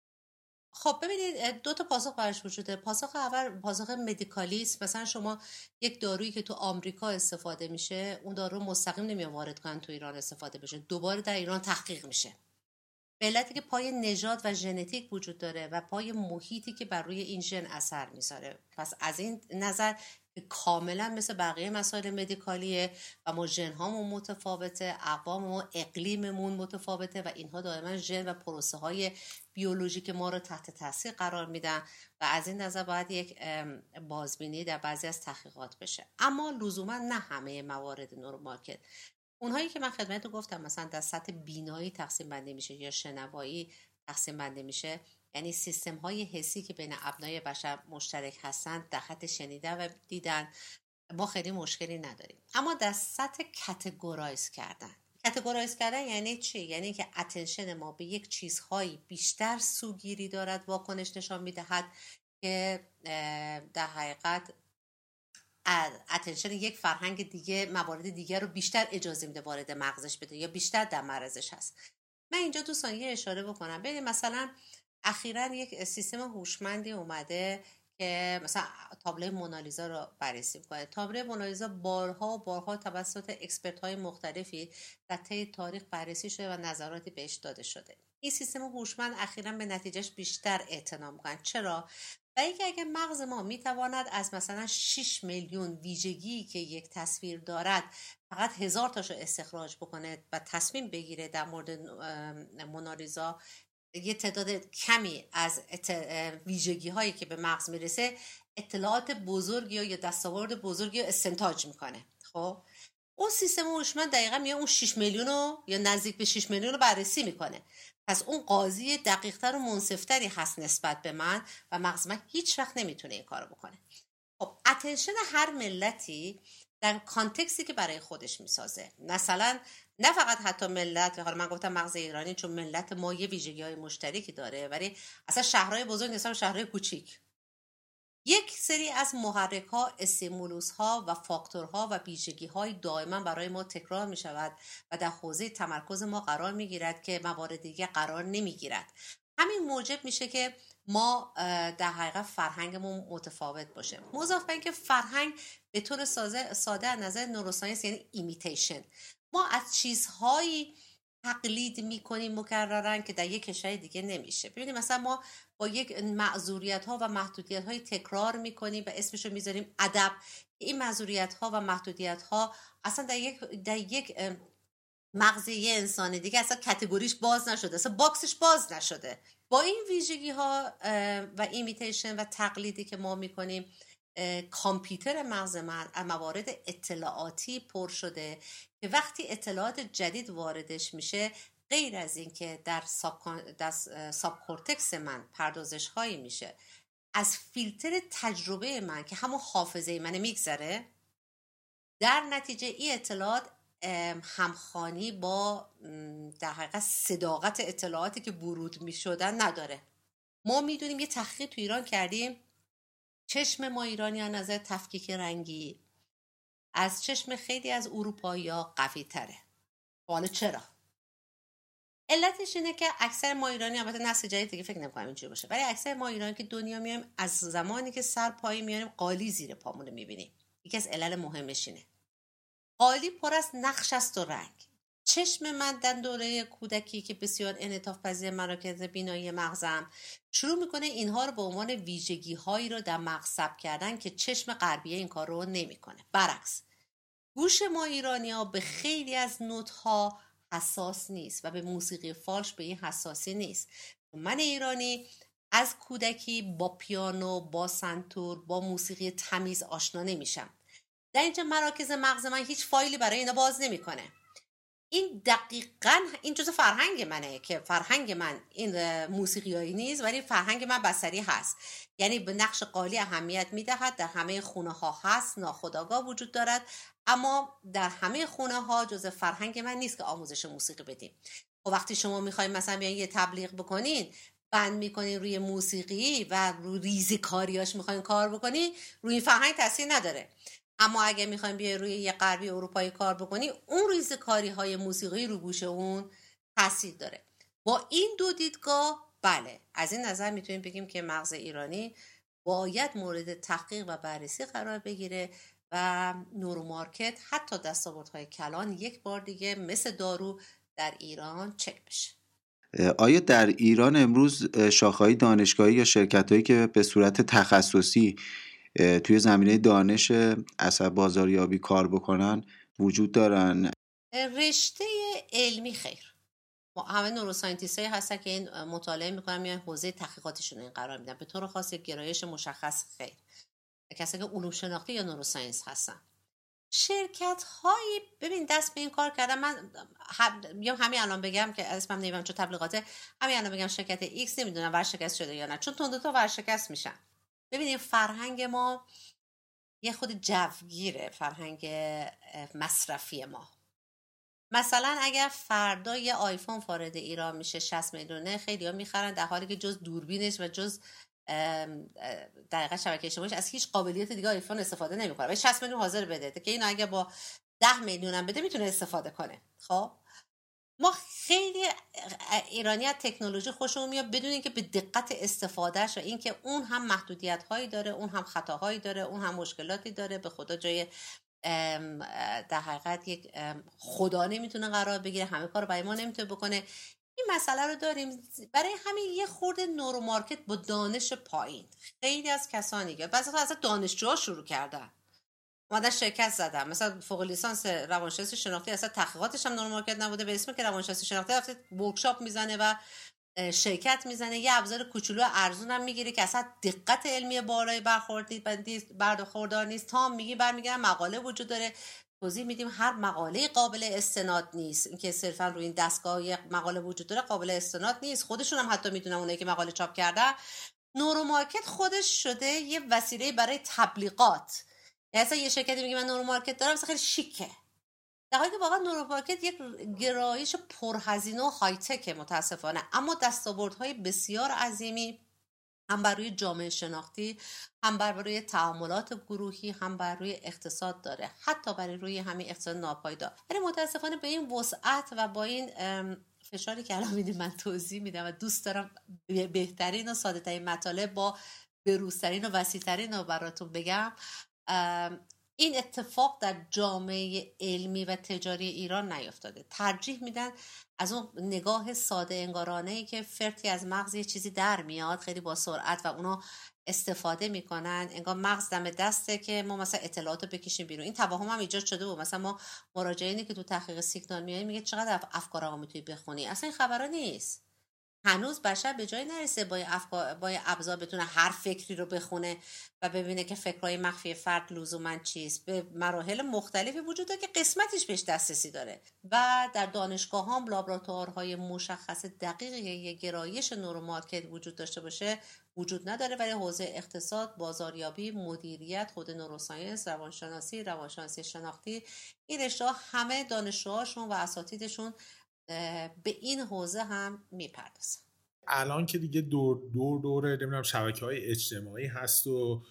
خب ببینید دو تا پاسخ برش وجوده. پاسخ اول پاسخ مدیکالیست. مثلا شما یک دارویی که تو آمریکا استفاده میشه، اون دارو مستقیم نمیاد وارد کنن تو ایران استفاده بشه، دوباره در ایران تحقیق میشه. به علتی که پای نژاد و ژنتیک وجود داره و پای محیطی که بر روی این ژن اثر میذاره. پس از این نظر کاملا مثل بقیه مسائل مدیکالیه و ما ژن‌هامون متفاوته، اقوام و اقلیممون متفاوته و اینها دائما ژن و پروسه های بیولوژیک ما رو تحت تاثیر قرار میدن و از این نظر باید یک بازبینی در بعضی از تحقیقات بشه. اما لزوما نه همه موارد نورو مارکت. اونهایی که من خدمتتون گفتم مثلا در سطح بینایی تقسیم بندی میشه یا شنوایی تقسیم بندی میشه، یعنی سیستم های حسی که بین ابنای بشر مشترک هستند در خط شنیدن و دیدن، ما خیلی مشکلی نداریم. اما در سطح کاتگورایز کردن یعنی چی؟ یعنی که اتنشن ما به یک چیزهایی بیشتر سوگیری دارد، واکنش نشان میدهد که در حقیقت اتنشن یک فرهنگ دیگه موارد دیگه رو بیشتر اجازه میده وارد مغزش بده یا بیشتر در معرضش هست. من اینجا دوستان یه اشاره بکنم. ببینید مثلا اخیراً یک سیستم هوشمندی اومده که مثلا تابلو مونالیزا رو بررسی می‌کنه. تابلو مونالیزا بارها توسط اکسپرت‌های مختلفی در طی تاریخ بررسی شده و نظراتی بهش داده شده. این سیستم هوشمند اخیراً به نتیجهش بیشتر اعتنا می‌کنه. چرا؟ و اینکه اگه مغز ما میتواند از مثلا 6 میلیون ویژگی که یک تصویر دارد فقط 1000 تاشو استخراج بکنه و تصمیم بگیره در مورد مونالیزا، یه تعداد کمی از ویژگی هایی که به مغز میرسه اطلاعات بزرگی یا دستاورد بزرگی رو استنتاج میکنه. خب اون سیستم هوشمند دقیقا میاد اون 6 میلیون رو یا نزدیک به 6 میلیون رو بررسی میکنه. پس اون قاضی دقیق‌تر و منصف‌تری هست نسبت به من و مغز من هیچ وقت نمیتونه این کارو بکنه. خب اتنشن هر ملتی در کانتکستی که برای خودش میسازه، مثلا نه فقط حتی ملت، حالا من گفتم مغز ایرانی چون ملت ما یه ویژگی‌های مشترکی داره، ولی اصلا شهرهای بزرگ نسبت به شهرهای کوچیک یک سری از محرک‌ها، استیمولوس‌ها و فاکتورها و ویژگی‌های دائما برای ما تکرار می‌شود و در حوزه تمرکز ما قرار می‌گیرد که موارد دیگه قرار نمی‌گیرد. همین موجب میشه که ما در حقیقت فرهنگمون متفاوت باشه. مضاف به اینکه فرهنگ به طور ساده از نظر نوروساینس یعنی ایمیتیشن. ما از چیزهایی تقلید میکنیم مکررن که در یک کشور دیگه نمیشه. ببینید مثلا ما با یک معذوریت ها و محدودیت های تکرار میکنیم و اسمشو میذاریم ادب. این معذوریت ها و محدودیت ها اصلا در یک مغز یه انسان دیگه اصلا کاتگوریش باز نشده، اصلا باکسش باز نشده. با این ویژگی ها و ایمیتیشن و تقلیدی که ما میکنیم، کامپیوتر مغز من از موارد اطلاعاتی پر شده که وقتی اطلاعات جدید واردش میشه، غیر از این که در ساب کورتکس من پردازش هایی میشه، از فیلتر تجربه من که همون حافظه من میگذره، در نتیجه این اطلاعات همخوانی با در حقیقت صداقت اطلاعاتی که ورود میشدن نداره. ما میدونیم یه تحقیق تو ایران کردیم، چشم ما ایرانی از نظر تفکیک رنگی از چشم خیلی از اروپایی‌ها قوی تره. حالا چرا؟ علتش اینه که اکثر ما ایرانی، البته نسل جدید دیگه فکر نمی‌کنم اینجوری باشه، ولی اکثر ما ایرانی که دنیا میایم از زمانی که سر پایی میاریم قالی زیر پامون میبینیم. یکی از علل مهمش اینه. قالی پر از نقش است و رنگ. چشم من در دوره کودکی که بسیار انعطاف پذیر مراکز بینایی مغزم شروع میکنه اینها رو به عنوان ویژگی هایی رو در مغز ثبت کردن که چشم غربیه این کار رو نمیکنه. برعکس گوش ما ایرانی ها به خیلی از نوت ها حساس نیست و به موسیقی فالش به این حساسی نیست. من ایرانی از کودکی با پیانو، با سنتور، با موسیقی تمیز آشنا نمیشم. در اینجا مراکز مغز من هیچ فایلی برای اینا باز نمیکنه. این دقیقاً این جزء فرهنگ منه که فرهنگ من این موسیقیایی نیست، ولی فرهنگ من بصری هست. یعنی به نقش قالی اهمیت میدهد، در همه خونه ها هست، ناخودآگاه وجود دارد، اما در همه خونه ها جزء فرهنگ من نیست که آموزش موسیقی بدیم. و وقتی شما میخواین مثلا بیاین یه تبلیغ بکنین، بند میکنین روی موسیقی و روی ریزکاریاش میخواین کار بکنین، روی این فرهنگ تاثیر نداره. اما اگه میخوایم بیای روی یه غربی اروپایی کار بکنی، اون ریزکاری های موسیقی رو گوش اون تاثیر داره. با این دو دیدگاه بله، از این نظر میتونیم بگیم که مغز ایرانی باید مورد تحقیق و بررسی قرار بگیره و نورومارکت حتی دستاوردهای کلان یک بار دیگه مثل دارو در ایران چک بشه. آیا در ایران امروز شاخه‌های دانشگاهی یا شرکت‌هایی که به صورت تخصصی توی زمینه دانش عصب بازاریابی کار بکنن وجود دارن؟ رشته علمی خیر. همه نوروساینتیست هایی هستن که این مطالعه میکنن، میان حوزه تحقیقاتشون این قرار میدن. به طور خاص یک گرایش مشخص خیر. کسایی که علوم شناختی یا نوروساینس هستن. شرکت هایی ببین دست به این کار کردن. من همین الان بگم که اسمم نمیدونم چون تبلیغاته، همین الان بگم شرکت ایکس نمیدونم ورشکست شده یا نه، چون تندتا ورشکست میشن. ببینید فرهنگ ما یه خود جوگیره، فرهنگ مصرفی ما. مثلا اگر فردا یه آیفون وارد ایران میشه 60 میلیونه، خیلی‌ها میخرن، در حالی که جز دوربینش و جز دقیقاً شبکه اجتماعیش از هیچ قابلیت دیگه آیفون استفاده نمیکنه. ولی 60 میلیون حاضر بده که اینو اگه با 10 میلیون هم بده میتونه استفاده کنه. خب ما خیلی ایرانی از تکنولوژی خوشمون میاد بدون اینکه به دقت استفادهش و اینکه اون هم محدودیت هایی داره، اون هم خطاهایی داره، اون هم مشکلاتی داره، به خدا جای در حقیقت یک خدا نمیتونه قرار بگیره، همه کار برای ما نمیتونه بکنه. این مسئله رو داریم. برای همین یه خورده نورومارکت با دانش پایین، خیلی از کسانی که بعضی از دانشجوها شروع کردن اومدن شرکت زدن، مثلا فوق لیسانس روانشناسی شناختی اصلا تحقیقاتش هم نورومارکت نبوده، به اسم که روانشناسی شناختی رفته ورکشاپ میزنه و شرکت میزنه، یه ابزار کوچولو ارزون هم میگیره که اصلا دقت علمی بالای برخوردار نیست. تا میگی برمیگردن مقاله وجود داره، توضیح میدیم هر مقاله قابل استناد نیست. اینکه صرفا روی این دستگاه یه مقاله وجود داره قابل استناد نیست. خودشون هم حتی میدونن اونایی که مقاله چاپ کردن. نورومارکت خودش شده یه وسیله برای تبلیغات. مثلا یه شرکتی میگه من نورومارکت دارم، مثلا خیلی شیکه، در حالی که واقعا نورومارکت یک گرایش پرهزینه و های تک متاسفانه، اما دستاوردهای بسیار عظیمی هم بر روی جامعه شناختی، هم بر روی تعاملات گروهی، هم بر روی اقتصاد داره، حتی برای روی همین اقتصاد ناپایدار. ولی متاسفانه به این وسعت و با این فشاری که الان میدیم من توضیح میدم و دوست دارم بهترین و ساده ترین مطالب با بروزترین و وسیع ترین رو براتون بگم. این اتفاق در جامعه علمی و تجاری ایران نیفتاده. ترجیح میدن از اون نگاه ساده انگارانه‌ای که فرتی از مغز یه چیزی در میاد خیلی با سرعت و اونو استفاده میکنن، انگار مغز دم دسته که ما مثلا اطلاعاتو بکشیم بیرون. این توهم هم ایجاد شده بود. مثلا ما مراجعینی که تو تحقیق سیگنال میاییم میگه چقدر افکارمو میتونی بخونی. اصلا این خبرا نیست. هنوز بشر به جای نرسه با ابزار بتونه هر فکری رو بخونه و ببینه که فکرهای مخفی فرد لزوما چیست. به مراحل مختلفی وجود داره که قسمتش بهش دسترسی داره و در دانشگاه هم لابراتوارهای مشخص دقیقی یک گرایش نورومارکت وجود داشته باشه وجود نداره، ولی حوزه اقتصاد، بازاریابی، مدیریت، خود نوروساینس، روانشناسی شناختی، این رشته‌ها همه دانشجوهاشون و اساتیدشون به این حوزه هم میپردازن. الان که دیگه دوره نمیدونم شبکه‌های اجتماعی هست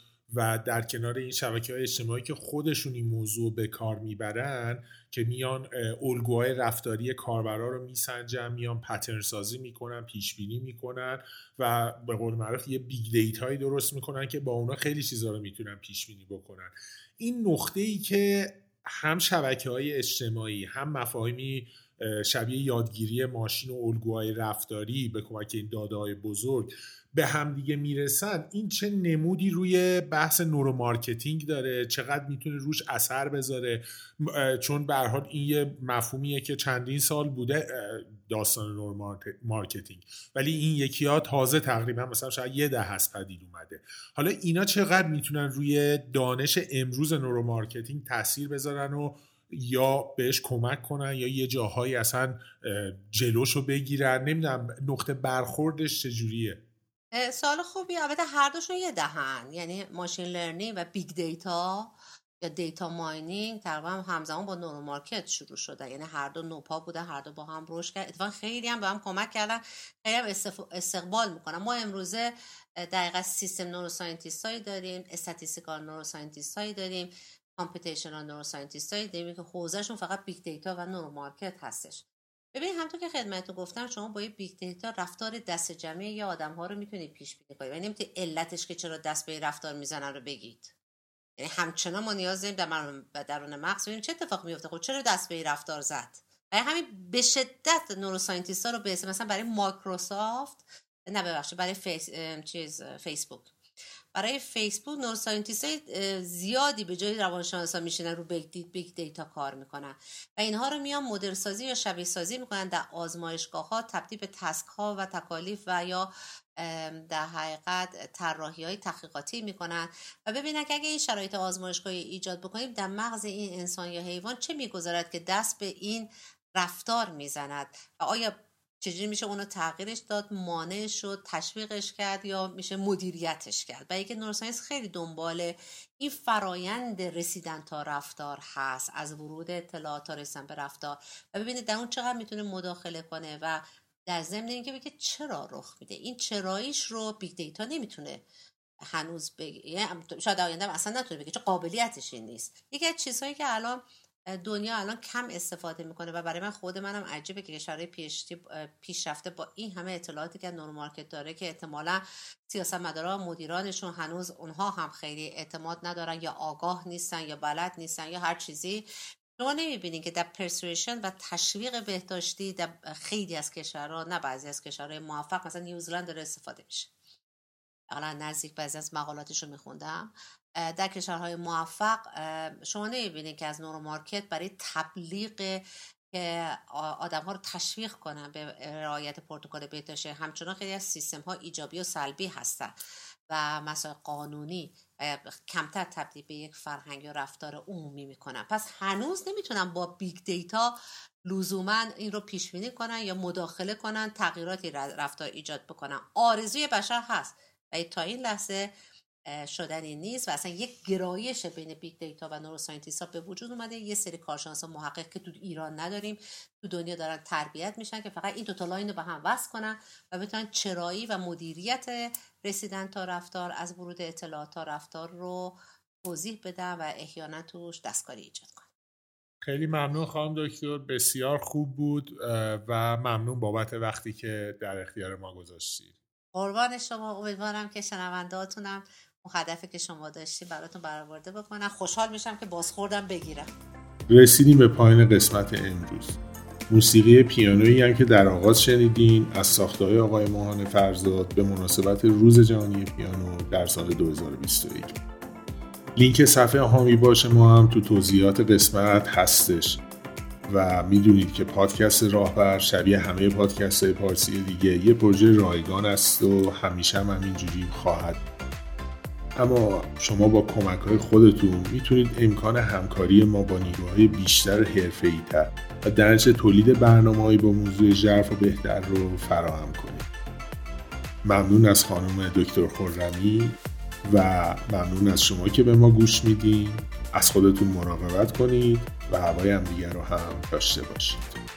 و در کنار این شبکه‌های اجتماعی که خودشون این موضوع به کار میبرن که میان الگوهای رفتاری کاربرا رو میسنجن، میان پترن سازی میکنن، پیش بینی میکنن و به قول معروف یه بیگ دیتایی درست میکنن که با اونا خیلی چیزا رو میتونن پیش بینی بکنن. این نقطه‌ای که هم شبکه‌های اجتماعی هم مفاهیمی شبیه یادگیری ماشین و الگوهای رفتاری به کمک این داده‌های بزرگ به هم دیگه میرسن، این چه نمودی روی بحث نورومارکتینگ داره؟ چقدر میتونه روش اثر بذاره؟ چون به هر حال این یه مفهومیه که چندین سال بوده داستان نورومارکتینگ، ولی این یکی‌ها تازه تقریبا مثلا شاید 10 هست پدید اومده. حالا اینا چقدر میتونن روی دانش امروز نورومارکتینگ تاثیر بذارن و یا بهش کمک کنن یا یه جاهایی اصلا جلوشو بگیرن؟ نمیدونم نقطه برخوردش چجوریه؟ سوال خوبی. البته هر دوشون یه دهن، یعنی ماشین لرنینگ و بیگ دیتا یا دیتا ماینینگ تقریبا همزمان با نورومارکت شروع شده، یعنی هر دو نوپا بودن، هر دو با هم رشد کردن، اتفاقا خیلی هم به هم کمک کردن، خیلی هم استقبال میکنن. ما امروزه دقیقاً سیستم نوروساینتیست هایی داریم، استاتیستیکال نوروساینتیست هایی داریم، کامپیوتیشنال نوروساینتیست هایی داریم که حوزهشون فقط بیگ دیتا و نورومارکت هستش. ببین همونطور که خدمتتون گفتم، شما با یه بیگ دیتا رفتار دست جمعی یا آدم‌ها رو میتونید پیش بینی کنید. یعنی نمیتونید علتش که چرا دست به رفتار میزنن رو بگید. یعنی همچنان ما نیاز داریم در درون مغز ببینیم چه اتفاق میفته، خب چرا دست به رفتار زد. برای همین به شدت نوروساینتیست‌ها رو مثلا برای مایکروسافت، نه ببخشید برای فیسبوک، برای فیسبوک نوروساینتیست‌های زیادی به جای روانشناسا میشینن رو بیگ دیتا کار میکنن و اینها رو میان مدل سازی یا شبیه سازی میکنن در آزمایشگاه‌ها، تبدیل به تسک‌ها و تکالیف و یا در حقیقت طراحی‌های تحقیقاتی میکنن و ببینن که اگه این شرایط آزمایشگاهی ایجاد بکنیم در مغز این انسان یا حیوان چه میگذارد که دست به این رفتار میزند و آیا چجوری میشه اونو تغییرش داد، مانعش شد، تشویقش کرد یا میشه مدیریتش کرد. و اینکه نوروساینس خیلی دنبال این فرایند رسیدن تا رفتار هست، از ورود اطلاعات تا رسیدن به رفتار و ببینید در اون چقدر میتونه مداخله کنه و در ضمن اینکه بگه چرا رخ میده. این چراییش رو بیگ دیتا نمیتونه هنوز بگه، شاید آینده اصلا نتونه بگه چه قابلیتش این نیست. یکی از چیزهایی که دنیا الان کم استفاده میکنه و برای من خود منم عجیبه که کشورهای پیش رفته با این همه اطلاعاتی که نورومارکت داره که احتمالاً سیاستمدارا مدیرانشون هنوز اونها هم خیلی اعتماد ندارن یا آگاه نیستن یا بلد نیستن یا هر چیزی. شما نمیبینین که در پرسویشن و تشویق بهداشتی در خیلی از کشورها، نه بعضی از کشورهای موفق مثلا نیوزلند داره استفاده میشه. حالا نزدیک بعضی از مقالاتش رو میخوندم. در کشورهای موفق شما نمیبینید که از نورومارکت برای تبلیغ که آدم‌ها رو تشویق کنن به رعایت پروتکل بهداشتی، همچنان خیلی از سیستم‌ها ایجابی و سلبی هستن و مسائل قانونی کمتر تبدیل به یک فرهنگ و رفتار عمومی میکنن. پس هنوز نمیتونن با بیگ دیتا لزوما این رو پیش بینی کنن یا مداخله کنن، تغییراتی رفتار ایجاد بکنن. آرزوی بشر هست و تا این لحظه شدنی نیست و اصلا یک گرایش بین بیگ دیتا و نوروساینتیست ها به وجود اومده. یه سری کارشناسا محقق که تو ایران نداریم، تو دنیا دارن تربیت میشن که فقط این دو تا لاین رو به هم وصل کنن و بتونن چرایی و مدیریت رسیدن تا رفتار از ورود اطلاعات تا رفتار رو توضیح بدن و احیانا توش دستکاری ایجاد کنن. خیلی ممنون خانم دکتر، بسیار خوب بود و ممنون بابت وقتی که در اختیار ما گذاشتید. قربان شما. امیدوارم که شنوندهاتونم هدفی که شما داشتی براتون برآورده بکنم. خوشحال میشم که بازخوردم بگیرم. رسیدیم به پایان قسمت امروز. موسیقی پیانویی هم که در آغاز شنیدین از ساخته‌های آقای ماهان فرزاد به مناسبت روز جهانی پیانو در سال 2021. لینک صفحه هامی باش ما هم تو توضیحات قسمت هستش و میدونید که پادکست راهبر شبیه همه پادکست‌های پارسی دیگه یه پروژه رایگان است و همیشه هم همینجوری خواهد. اما شما با کمک‌های خودتون میتونید امکان همکاری ما با نیروهای بیشتر حرفه‌ای‌تر و درجه تولید برنامه‌ای با موضوع ژرف و بهتر رو فراهم کنید. ممنون از خانم دکتر خرمی و ممنون از شما که به ما گوش میدین. از خودتون مراقبت کنید و هوای همدیگر رو هم داشته باشید.